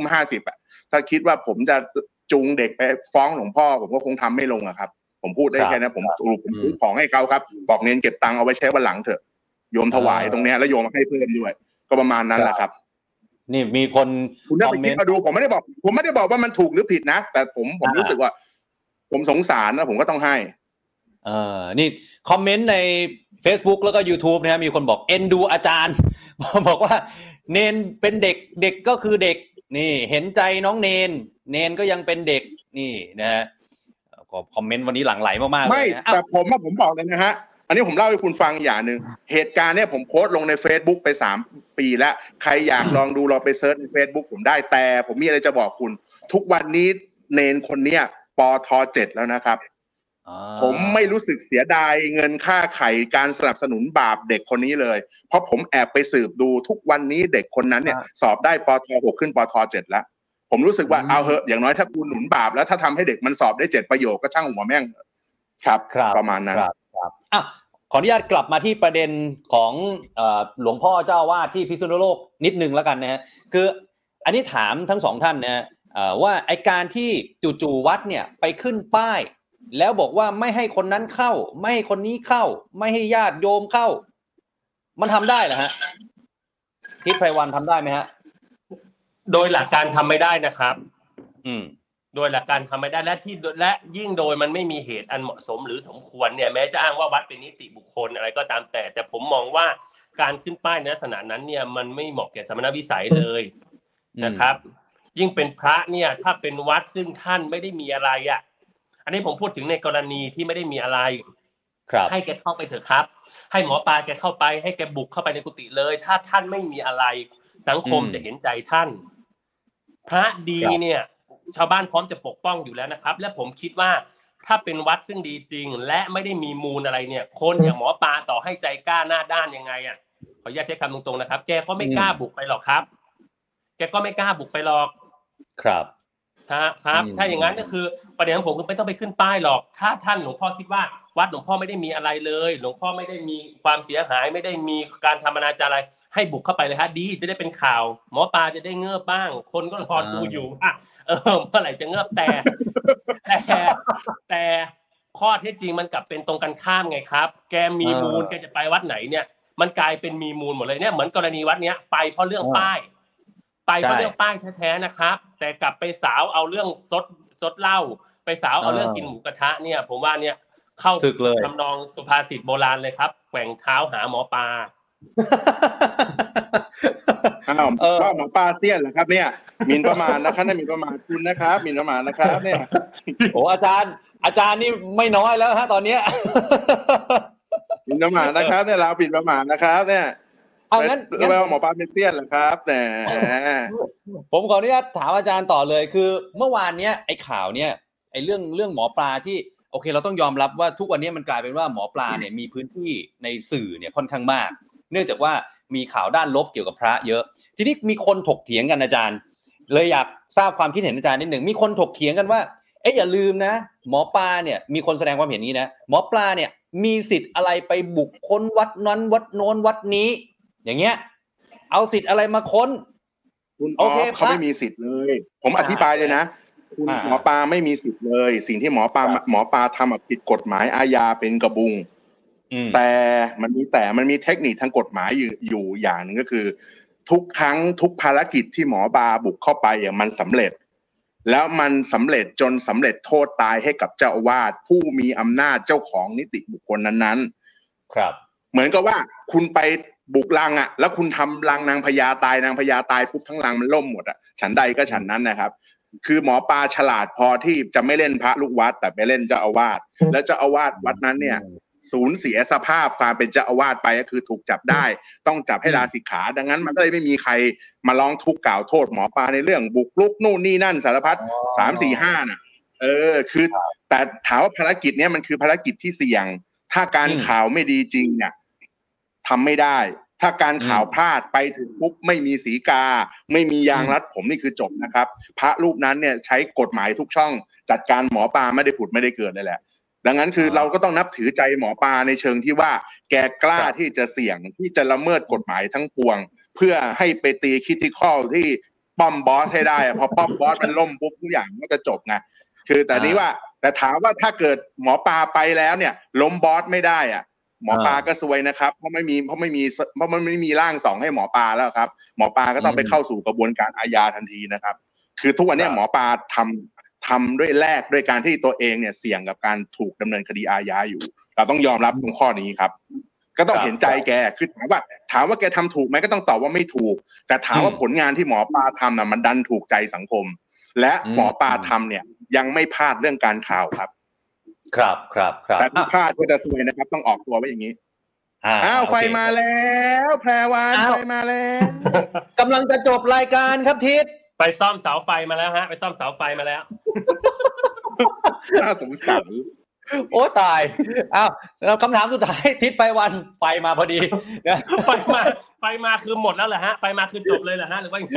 [SPEAKER 5] 5:50ถ้าคิดว่าผมจะจูงเด็กไปฟ้องหลวงพ่อผมก็คงทำไม่ลงครับผมพูดได้แค่นั้นผมซื้อของให้เขาครับบอกเนนเก็บตังค์เอาไว้ใช้วันหลังเถอะโยมถวายตรงนี้แล้วโยมให้เพิ่มด้วยก็ประมาณนั้นแหละครับ
[SPEAKER 4] นี่มีคน
[SPEAKER 5] คุณได้ไปคิดมาดูผมไม่ได้บอกว่ามันถูกหรือผิดนะแต่ผมรู้สึกว่าผมสงสารนะผมก็ต้องให้
[SPEAKER 4] นี่คอมเมนต์ใน Facebook แล้วก็ YouTube นะครับมีคนบอกเอ็นดูอาจารย์บอกว่าเนนเป็นเด็กก็คือเด็กนี่เห็นใจน้องเนนก็ยังเป็นเด็กนี่นะฮะคอมเมนต์วันนี้หลั่งไหลมากๆเลย
[SPEAKER 5] ไม่แต่ผมบอกเลยนะฮะอันนี้ผมเล่าให้คุณฟังอย่างนึงเหตุการณ์เนี่ยผมโพสต์ลงใน Facebook ไป3 ปีแล้วใครอยากลองดูลองไปเซิร์ชใน Facebook ผมได้แต่ผมมีอะไรจะบอกคุณทุกวันนี้เนนคนเนี้ยปท.7แล้วนะครับผมไม่รู้สึกเสียดายเงินค่าไข่การสนับสนุนบาปเด็กคนนี้เลยเพราะผมแอบไปสืบดูทุกวันนี้เด็กคนนั้นเนี่ยสอบได้ปท.6ขึ้นปท.7แล้วผมรู้สึกว่าเอาเหอะอย่างน้อยถ้าคุณหนุนบาปแล้วถ้าทำให้เด็กมันสอบได้7ประโยคก็ช่างหัวแม่งครับประมาณนั้น
[SPEAKER 4] ครับขออนุญาตกลับมาที่ประเด็นของหลวงพ่อเจ้าวาดที่พิษณุโลกนิดนึงแล้วกันนะฮะคืออันนี้ถามทั้งสองท่านนะว่าไอ้การที่จู่ๆวัดเนี่ยไปขึ้นป้ายแล้วบอกว่าไม่ให้คนนั้นเข้าไม่ให้คนนี้เข้าไม่ให้ญาติโยมเข้ามันทำได้เหรอฮะทิศไพรวันทำได้ไหมฮะ
[SPEAKER 6] โดยหลักการทำไม่ได้นะครับโดยหลักการทำไม่ได้และยิ่งโดยมันไม่มีเหตุอันเหมาะสมหรือสมควรเนี่ยแม้จะอ้างว่าวัดเป็นนิติบุคคลอะไรก็ตามแต่ผมมองว่าการขึ้นป้ายในลักษณะนั้นเนี่ยมันไม่เหมาะแก่สมณวิสัยเลยนะครับยิ่งเป็นพระเนี่ยถ้าเป็นวัดซึ่งท่านไม่ได้มีอะไรอันนี้ผมพูดถึงในกรณีที่ไม่ได้มีอะไรให้แกเข้าไปเถอะครับให้หมอปลาแกเข้าไปให้แกบุกเข้าไปในกุฏิเลยถ้าท่านไม่มีอะไรสังคมจะเห็นใจท่านพระดีเนี่ยชาวบ้านพร้อมจะปกป้องอยู่แล้วนะครับและผมคิดว่าถ้าเป็นวัดซึ่งดีจริงและไม่ได้มีมูลอะไรเนี่ยคนอย่างหมอปลาต่อให้ใจกล้าหน้าด้านยังไงอ่ะขออนุญาตใช้คำตรงๆนะครับแกก็ไม่กล้าบุกไปหรอกครับแกก็ไม่กล้าบุกไปหรอก
[SPEAKER 4] ครับ
[SPEAKER 6] ครับถ้าอย่างนั้นก็คือประเด็นของผมคือไม่ต้องไปขึ้นป้ายหรอกถ้าท่านหลวงพ่อคิดว่าวัดหลวงพ่อไม่ได้มีอะไรเลยหลวงพ่อไม่ได้มีความเสียหายไม่ได้มีการทำอนาจารอะไรให้บุกเข้าไปเลยฮะดีจะได้เป็นข่าวหมอปลาจะได้เงือบบ้างคนก็รอดูอยู่ว่าเมื่อไหร่จะเงือบแต่ข้อเท็จจริงมันกลับเป็นตรงกันข้ามไงครับแกมีมูลแกจะไปวัดไหนเนี่ยมันกลายเป็นมีมูลหมดเลยเนี่ยเหมือนกรณีวัดเนี้ยไปเพราะเรื่องป้ายไปเพราะเรื่องป้ายแท้ๆนะครับแต่กลับไปสาวเอาเรื่องซดเหล้าไปสาวเอาเรื่องกินหมูกระทะเนี่ยผมว่าเนี่ยเข้าทำนองสุภาษิตโบราณเลยครับแกว่งเท้าหาหมอปลา
[SPEAKER 5] หมอปลาเสี้ยนเหรอครับเนี่ยหมิ่นประมาทนะครับหมิ่นประมาทคุณนะครับหมิ่นประมาทนะครับเนี่ย
[SPEAKER 4] โอ้อาจารย์นี่ไม่น้อยแล้วฮะตอนนี้
[SPEAKER 5] หมิ่นประมาทนะครับเนี่ยเราหมิ่นประมาทนะครับเนี่ยเอางั้นหมอปลาเป็นเสี้ยนเหรอครับแต่
[SPEAKER 4] ผมขออนุญาตถามอาจารย์ต่อเลยคือเมื่อวานเนี้ยไอ้ข่าวเนี่ยไอ้เรื่องหมอปลาที่โอเคเราต้องยอมรับว่าทุกวันนี้มันกลายเป็นว่าหมอปลาเนี่ยมีพื้นที่ในสื่อเนี่ยค่อนข้างมากเนื่องจากว่ามีข่าวด้านลบเกี่ยวกับพระเยอะทีนี้มีคนถกเถียงกันอาจารย์เลยอยากทราบความคิดเห็นอาจารย์นิดหนึ่งมีคนถกเถียงกันว่าอย่าลืมนะหมอปลาเนี่ยมีคนแสดงความเห็นนี้นะหมอปลาเนี่ยมีสิทธิ์อะไรไปบุกค้นวัดนั้นวัดโน้นวัดนี้อย่างเงี้ยเอาสิทธิ์อะไรมาค้น
[SPEAKER 5] คุณโอเคเขาไม่มีสิทธิ์เลยผมอธิบายเลยนะคุณหมอปลาไม่มีสิทธิ์เลยสิ่งที่หมอปลาทำผิดกฎหมายอาญาเป็นกระบุงแต่มันมีเทคนิคทางกฎหมายอยู่อย่างนึงก็คือทุกครั้งทุกภารกิจที่หมอปลาบุกเข้าไปมันสำเร็จแล้วมันสำเร็จจนสำเร็จโทษตายให้กับเจ้าอาวาสผู้มีอำนาจเจ้าของนิติบุคคลนั้น
[SPEAKER 4] ๆครับ
[SPEAKER 5] เหมือนกับว่าคุณไปบุกรังอ่ะแล้วคุณทำรังนางพญาตายปุ๊บทั้งรังมันล่มหมดอ่ะฉันใดก็ฉันนั้นนะครับคือหมอปลาฉลาดพอที่จะไม่เล่นพระลูกวัดแต่ไปเล่นเจ้าอาวาสแล้วเจ้าอาวาสวัดนั้นเนี่ยสูญเสียสภาพความเป็นเจ้าอาวาสไปก็คือถูกจับได้ต้องจับให้ลาสิกขาดังนั้นมันก็เลยไม่มีใครมาร้องทุกข์กล่าวโทษหมอปลาในเรื่องบุกรุกนู่นนี่นั่นสารพัด3 4 5น่ะคือแต่ถามว่าภารกิจเนี้ยมันคือภารกิจที่เสี่ยงถ้าการข่าวไม่ดีจริงเนี่ยทำไม่ได้ถ้าการข่าวพลาดไปถึงปุ๊บไม่มีสีกาไม่มียางรัดผมนี่คือจบนะครับพระรูปนั้นเนี่ยใช้กฎหมายทุกช่องจัดการหมอปลาไม่ได้ผุดไม่ได้เกิดเลยแหละดังนั้นคือเราก็ต้องนับถือใจหมอปลาในเชิงที่ว่าแกกล้าที่จะเสี่ยงที่จะละเมิดกฎหมายทั้งปวงเพื่อให้ไปตีคริติคอลที่ป้อมบอสให้ได้พอป้อมบอสมันล่มปุ๊บทุกอย่างก็จะจบไงคือแต่ถามว่าถ้าเกิดหมอปลาไปแล้วเนี่ยล้มบอสไม่ได้อ่ะหมอปลาก็ซวยนะครับเพราะมันไม่มีร่างสองให้หมอปลาแล้วครับหมอปลาก็ต้องไปเข้าสู่กระบวนการอาญาทันทีนะครับคือทุกวันนี้หมอปลาทำด้วยการที่ตัวเองเนี่ยเสี่ยงกับการถูกดำเนินคดีอาญาอยู่เราต้องยอมรับตรงข้อนี้ครับก็ต้องเห็นใจแกคือถามว่าแกทำถูกไหมก็ต้องตอบว่าไม่ถูกแต่ถามว่าผลงานที่หมอปลาทำน่ะมันดันถูกใจสังคมและหมอปลาทำเนี่ยยังไม่พลาดเรื่องการข่าวครับแต่ถ้าพลาดก็จะซวยนะครับต้องออกตัวไว้อย่างนี้ไฟมาแล้วแพรวานไฟมาแล้ว
[SPEAKER 4] กำลังจะจบรายการครับทิศ
[SPEAKER 6] ไปซ่อมเสาไฟมาแล้วฮะไปซ่อมเสาไฟมาแล้ว
[SPEAKER 5] น่าสงสาร
[SPEAKER 4] โอ้ตายแล้วคำถามสุดท้ายทิศไปวันไฟมาพอดีนะ
[SPEAKER 6] ไฟมาคือหมดแล้วเหรอฮะไฟมาคือจบเลยเหรอฮะหรือว่ายังไง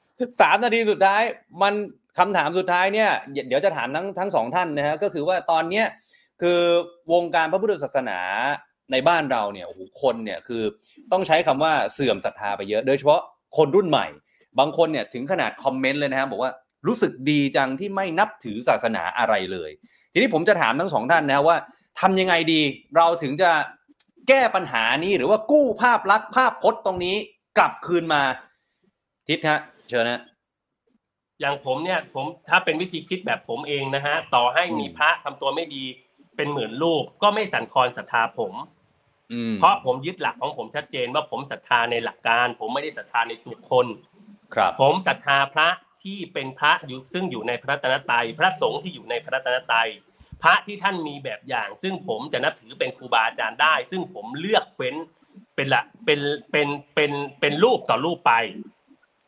[SPEAKER 4] 3 นาทีสุดท้ายมันคำถามสุดท้ายเนี่ยเดี๋ยวจะถามทั้ง2ท่านนะฮะก็คือว่าตอนเนี้ยคือวงการพระพุทธศาสนาในบ้านเราเนี่ยโอ้โหคนเนี่ยคือต้องใช้คำว่าเสื่อมศรัทธาไปเยอะโดยเฉพาะคนรุ่นใหม่บางคนเนี่ยถึงขนาดคอมเมนต์เลยนะครับบอกว่ารู้สึกดีจังที่ไม่นับถือศาสนาอะไรเลยทีนี้ผมจะถามทั้ง2ท่านนะว่าทำยังไงดีเราถึงจะแก้ปัญหานี้หรือว่ากู้ภาพลักษณ์ภาพพจน์ตรงนี้กลับคืนมาทิศฮะเชิญนะ
[SPEAKER 6] อย่างผมถ้าเป็นวิธีคิดแบบผมเองนะฮะต่อให้มีพระทำตัวไม่ดีเป็นหมื่นรูปก็ไม่สั่นคลอนศรัทธาผมเพราะผมยึดหลักของผมชัดเจนว่าผมศรัทธาในหลักการผมไม่ได้ศรัทธาในตัวคนผมศรัทธาพระที่เป็นพระซึ่งอยู่ในพระรัตนตรัยพระสงฆ์ที่อยู่ในพระรัตนตรัยพระที่ท่านมีแบบอย่างซึ่งผมจะนับถือเป็นครูบาอาจารย์ได้ซึ่งผมเลือกเว้นเป็นรูปต่อรูปไป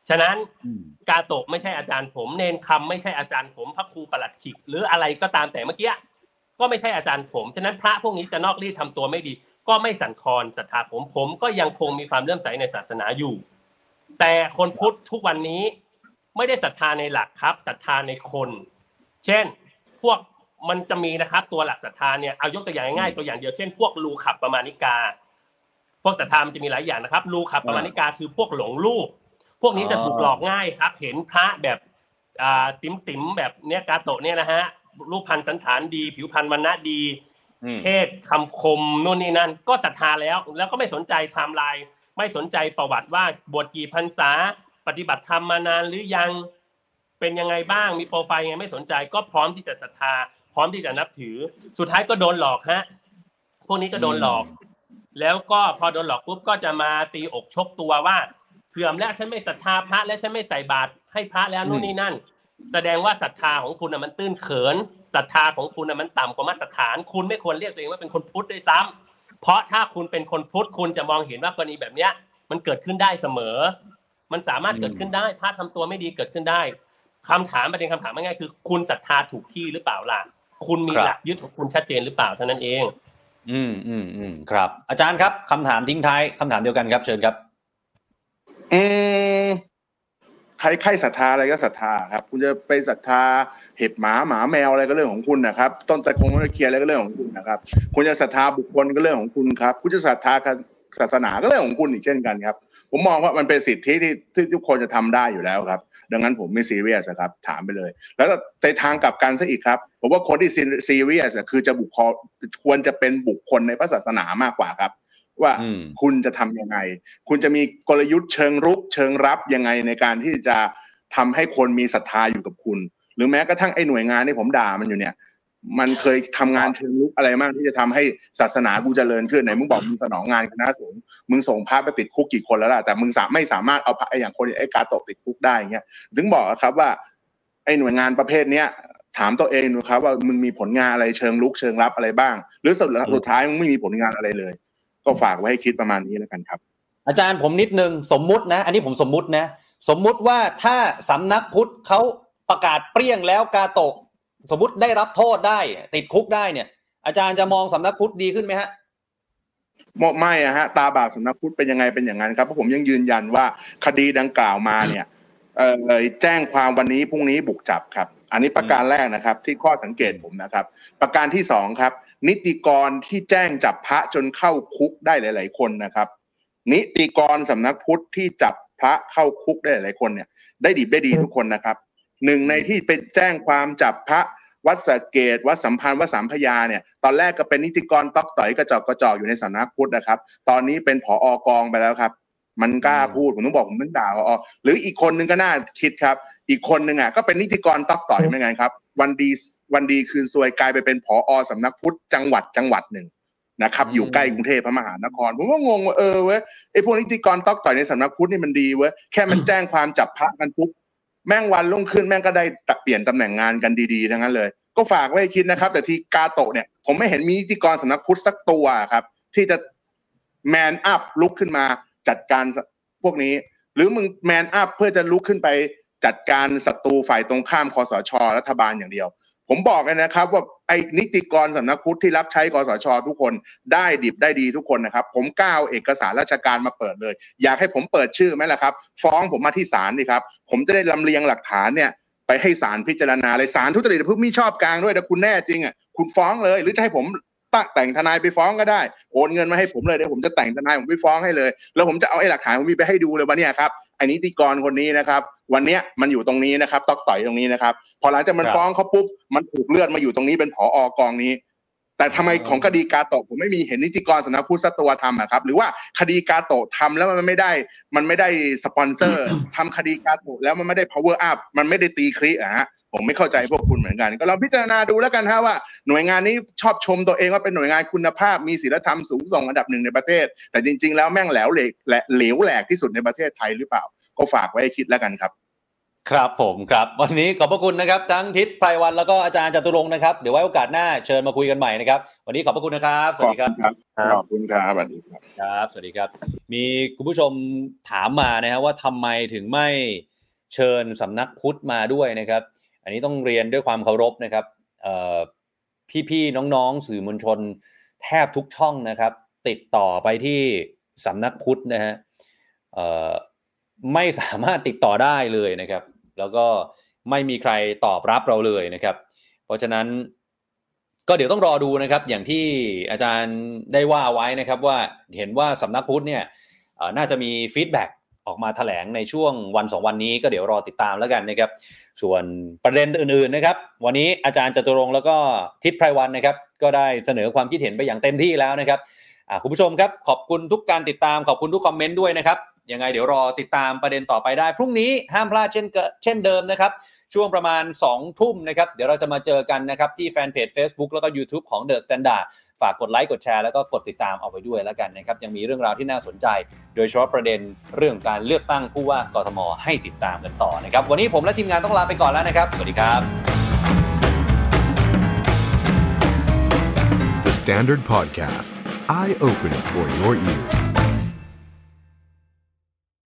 [SPEAKER 6] ฉะนั้นกาโตะไม่ใช่อาจารย์ผมเนนคำไม่ใช่อาจารย์ผมพระครูประหลัดขิกหรืออะไรก็ตามแต่เมื่อกี้ก็ไม่ใช่อาจารย์ผมฉะนั้นพระพวกนี้จะนอกรีดทำตัวไม่ดีก็ไม่สั่นคลอนศรัทธาผมก็ยังคงมีความเลื่อมใสในศาสนาอยู่แต่คนพุทธทุกวันนี้ไม่ได้ศรัทธาในหลักครับศรัทธาในคนเช่นพวกมันจะมีนะครับตัวหลักศรัทธาเนี่ยเอายกตัวอย่างง่ายๆตัวอย่างเดียวเช่นพวกลูขับประมาณิกาพวกศรัทธามันจะมีหลายอย่างนะครับลูขับประมาณิกาคือพวกหลงรูปพวกนี้จะถูกหลอกง่ายครับเห็นพระแบบติ๋มแบบเนี้ยกาโตะเนี่ยนะฮะรูปพรรณสันฐานดีผิวพรรณวรรณะดีเทศคำคมนู่นนี่นั่นก็ศรัทธาแล้วก็ไม่สนใจไทม์ไลน์ไม่สนใจประวัติว่าบวชกี่พรรษาปฏิบัติธรรมมานานหรือยังเป็นยังไงบ้างมีโปรไฟล์ยังไงไม่สนใจก็พร้อมที่จะศรัทธาพร้อมที่จะนับถือสุดท้ายก็โดนหลอกฮะพวกนี้ก็โดนหลอกแล้วก็พอโดนหลอกปุ๊บก็จะมาตีอกชกตัวว่าเสื่อมแล้วฉันไม่ศรัทธาพระและฉันไม่ใส่บาตรให้พระแล้วนู่นนี่นั่นแสดงว่าศรัทธาของคุณมันตื้นเขินศรัทธาของคุณมันต่ำกว่ามาตรฐานคุณไม่ควรเรียกตัวเองว่าเป็นคนพุทธด้วยซ้ำเพราะถ้าคุณเป็นคนพุทธคุณจะมองเห็นว่ากรณีแบบเนี้ยมันเกิดขึ้นได้เสมอมันสามารถเกิดขึ้นได้พระทำตัวไม่ดีเกิดขึ้นได้คำถามประเด็นคำถามง่ายๆคือคุณศรัทธาถูกที่หรือเปล่าล่ะคุณมีหลักยึดของคุณชัดเจนหรือเปล่าเท่านั้นเอง
[SPEAKER 4] ครับอาจารย์ครับคำถามทิ้งท้ายคำถามเดียวกันครับเชิญครับ
[SPEAKER 5] ใครศรัทธาอะไรก็ศรัทธาครับคุณจะไปศรัทธาเห็บหมาแมวอะไรก็เรื่องของคุณนะครับต้นตะคงตะเคียนอะไรก็เรื่องของคุณนะครับคุณจะศรัทธาบุคคลก็เรื่องของคุณครับคุณจะศรัทธาศาสนาก็เรื่องของคุณอีกเช่นกันครับผมมองว่ามันเป็นสิทธิที่ทุกคนจะทำได้อยู่แล้วครับดังนั้นผมไม่ซีเรียสครับถามไปเลยแล้วในทางกลับกันซะอีกครับผมว่าคนที่ซีเรียสคือจะควรจะเป็นบุคคลในพระศาสนามากกว่าครับว่าคุณจะทำยังไงคุณจะมีกลยุทธ์เชิงรุกเชิงรับยังไงในการที่จะทำให้คนมีศรัทธาอยู่กับคุณหรือแม้กระทั่งไอ้หน่วยงานที่ผมด่ามันอยู่เนี่ยมันเคยทำงานเชิงรุกอะไรมากที่จะทำให้ศาสนากูเจริญขึ้นไหนมึงบอกมึงสนองงานคณะสงฆ์มึงส่งพระไปติดคุกกี่คนแล้วล่ะแต่มึงไม่สามารถเอาพระอย่างคนไอ้กาโตะติดคุกได้เงี้ยถึงบอกครับว่าไอ้หน่วยงานประเภทเนี้ยถามตัวเองดูครับว่ามึงมีผลงานอะไรเชิงรุกเชิงรับอะไรบ้างหรือสุดท้ายมึงไม่มีผลงานอะไรเลยก็ฝากไว้ให้คิดประมาณนี้แล้วกันครับ
[SPEAKER 4] อาจารย์ผมนิดนึงสมมุตินะอันนี้ผมสมมุตินะสมมุติว่าถ้าสำนักพุทธเขาประกาศเปรี้ยงแล้วกาโตะสมมุติได้รับโทษได้ติดคุกได้เนี่ยอาจารย์จะมองสำนักพุทธดีขึ้นไหมฮะ
[SPEAKER 5] ไม่ฮะตาบาปสำนักพุทธเป็นยังไงเป็นอย่างนั้นครับเพราะผมยังยืนยันว่าคดีดังกล่าวมาเนี่ยแจ้งความวันนี้พรุ่งนี้บุกจับครับอันนี้ประการแรกนะครับที่ข้อสังเกตผมนะครับประการที่สองครับนิติกรที่แจ้งจับพระจนเข้าคุกได้หลายๆคนนะครับนิติกรสำนักพุทธที่จับพระเข้าคุกได้หลายๆคนเนี่ยได้ดิบได้ดีทุกคนนะครับหนึ่งในที่เป็นแจ้งความจับพระวัดสะเกษวัดสัมพันธ์วัดสามพระยาเนี่ยตอนแรกก็เป็นนิติกรต๊อกต่อยกระจอกอยู่ในสำนักพุทธนะครับตอนนี้เป็นผอกองไปแล้วครับมันกล้าพูดผมต้องบอกผมต้องด่าผอหรืออีกคนนึงก็น่าคิดครับอีกคนนึงก็เป็นนิติกรต๊อกต่อยเหมือนกันครับวันดีคืนซวยกลายไปเป็นผอสำนักพุทธจังหวัดหนึ่งนะครับอยู่ใกล้กรุงเทพพระมหานครผมก็งงว่าเว้ยไอ้พวกนิติกรต๊อกต่อยในสำนักพุทธนี่มันดีเว้ยแค่มันแจ้งความจับพระกันปุ๊บแม่งวันรุ่งขึ้นแม่งก็ได้เปลี่ยนตำแหน่งงานกันดีๆทั้งนั้นเลยก็ฝากไว้คิดนะครับแต่ที่กาโตะเนี่ยผมไม่เห็นมีนิติกรสำนักพุทธสักตัวครับที่จะแมนอัพลุกขึ้นมาจัดการพวกนี้หรือมึงแมนอัพเพื่อจะลุกขึ้นไปจัดการศัตรูฝ่ายตรงข้ามคสช.รัฐบาลอย่างเดียวผมบอกเลยนะครับว่าไอ้นิติกรสำนักพุทธที่รับใช้คสช.ทุกคนได้ดิบได้ดีทุกคนนะครับผมกล้าเอาเอกสารราชการมาเปิดเลยอยากให้ผมเปิดชื่อไหมล่ะครับฟ้องผมมาที่ศาลดิครับผมจะได้ลำเลียงหลักฐานเนี่ยไปให้ศาลพิจารณาเลยศาลทุจริตประพฤติมิชอบกลางด้วยถ้าคุณแน่จริงคุณฟ้องเลยหรือจะให้ผมแต่งทนายไปฟ้องก็ได้โอนเงินมาให้ผมเลยเดี๋ยวผมจะแต่งทนายผมไปฟ้องให้เลยแล้วผมจะเอาไอ้หลักฐานผมมีไปให้ดูเลยว่าเนี่ยครับไอ้นิติกรคนนี้นะครับวันเนี้ยมันอยู่ตรงนี้นะครับต๊อกต่อยตรงนี้นะครับพอหลังจากมันฟ้องเขาปุ๊บมันถูกเลื่อนมาอยู่ตรงนี้เป็นผอกองนี้แต่ทำไมของคดีกาโตะผมไม่มีเห็นนิติกรสำนักพุทธสักตัวทำครับหรือว่าคดีกาโตะทำแล้วมันไม่ได้สปอนเซอร์ทำคดีกาโตะแล้วมันไม่ได้ power up มันไม่ได้ตีคลิผมไม่เข้าใจพวกคุณเหมือนกันก็ลองพิจารณาดูแล้วกันว่าหน่วยงานนี้ชอบชมตัวเองว่าเป็นหน่วยงานคุณภาพมีศีลธรรมสูงส่งอันดับหนึ่งในประเทศแต่จริงๆแล้วแม่งเหลวแหลกที่สุดในประเทศไทยหรือเปล่าก็ฝากไว้ให้คิดแล้วกันครับ
[SPEAKER 4] ครับผมครับวันนี้ขอบพระคุณนะครับทั้งทิศไพรวันแล้วก็อาจารย์จตุรงค์นะครับเดี๋ยวไว้โอกาสหน้าเชิญมาคุยกันใหม่นะครับวันนี้ขอบพระคุณนะครับสวัสดีครับ
[SPEAKER 5] ขอบคุณครับสวัสดีครับ
[SPEAKER 4] ครับสวัสดีครับมีคุณผู้ชมถามมานะครับว่าทำไมถึงไม่เชิญสำนักพุทธมาด้วยนะครับอันนี้ต้องเรียนด้วยความเคารพนะครับพี่ๆน้องๆสื่อมวลชนแทบทุกช่องนะครับติดต่อไปที่สำนักพุทธนะฮะไม่สามารถติดต่อได้เลยนะครับแล้วก็ไม่มีใครตอบรับเราเลยนะครับเพราะฉะนั้นก็เดี๋ยวต้องรอดูนะครับอย่างที่อาจารย์ได้ว่าไว้นะครับว่าเห็นว่าสำนักพุทธเนี่ยน่าจะมีฟีดแบ็กออกมาแถลงในช่วงวัน2วันนี้ก็เดี๋ยวรอติดตามแล้วกันนะครับส่วนประเด็นอื่นๆนะครับวันนี้อาจารย์จตุรงค์แล้วก็ทิศไพรวันนะครับก็ได้เสนอความคิดเห็นไปอย่างเต็มที่แล้วนะครับคุณผู้ชมครับขอบคุณทุกการติดตามขอบคุณทุกคอมเมนต์ด้วยนะครับยังไงเดี๋ยวรอติดตามประเด็นต่อไปได้พรุ่งนี้ห้ามพลาดเช่นเดิมนะครับช่วงประมาณ 20:00 นนะครับเดี๋ยวเราจะมาเจอกันนะครับที่แฟนเพจ Facebook แล้วก็ YouTube ของ The Standard ฝากกดไลค์กดแชร์แล้วก็กดติดตามเอาไว้ด้วยแล้วกันนะครับยังมีเรื่องราวที่น่าสนใจโดยเฉพาะประเด็นเรื่องการเลือกตั้งผู้ว่ากทมให้ติดตามกันต่อนะครับวันนี้ผมและทีมงานต้องลาไปก่อนแล้วนะครับสวัสดีครับ
[SPEAKER 3] The Standard Podcast Eye Opening for Your Ears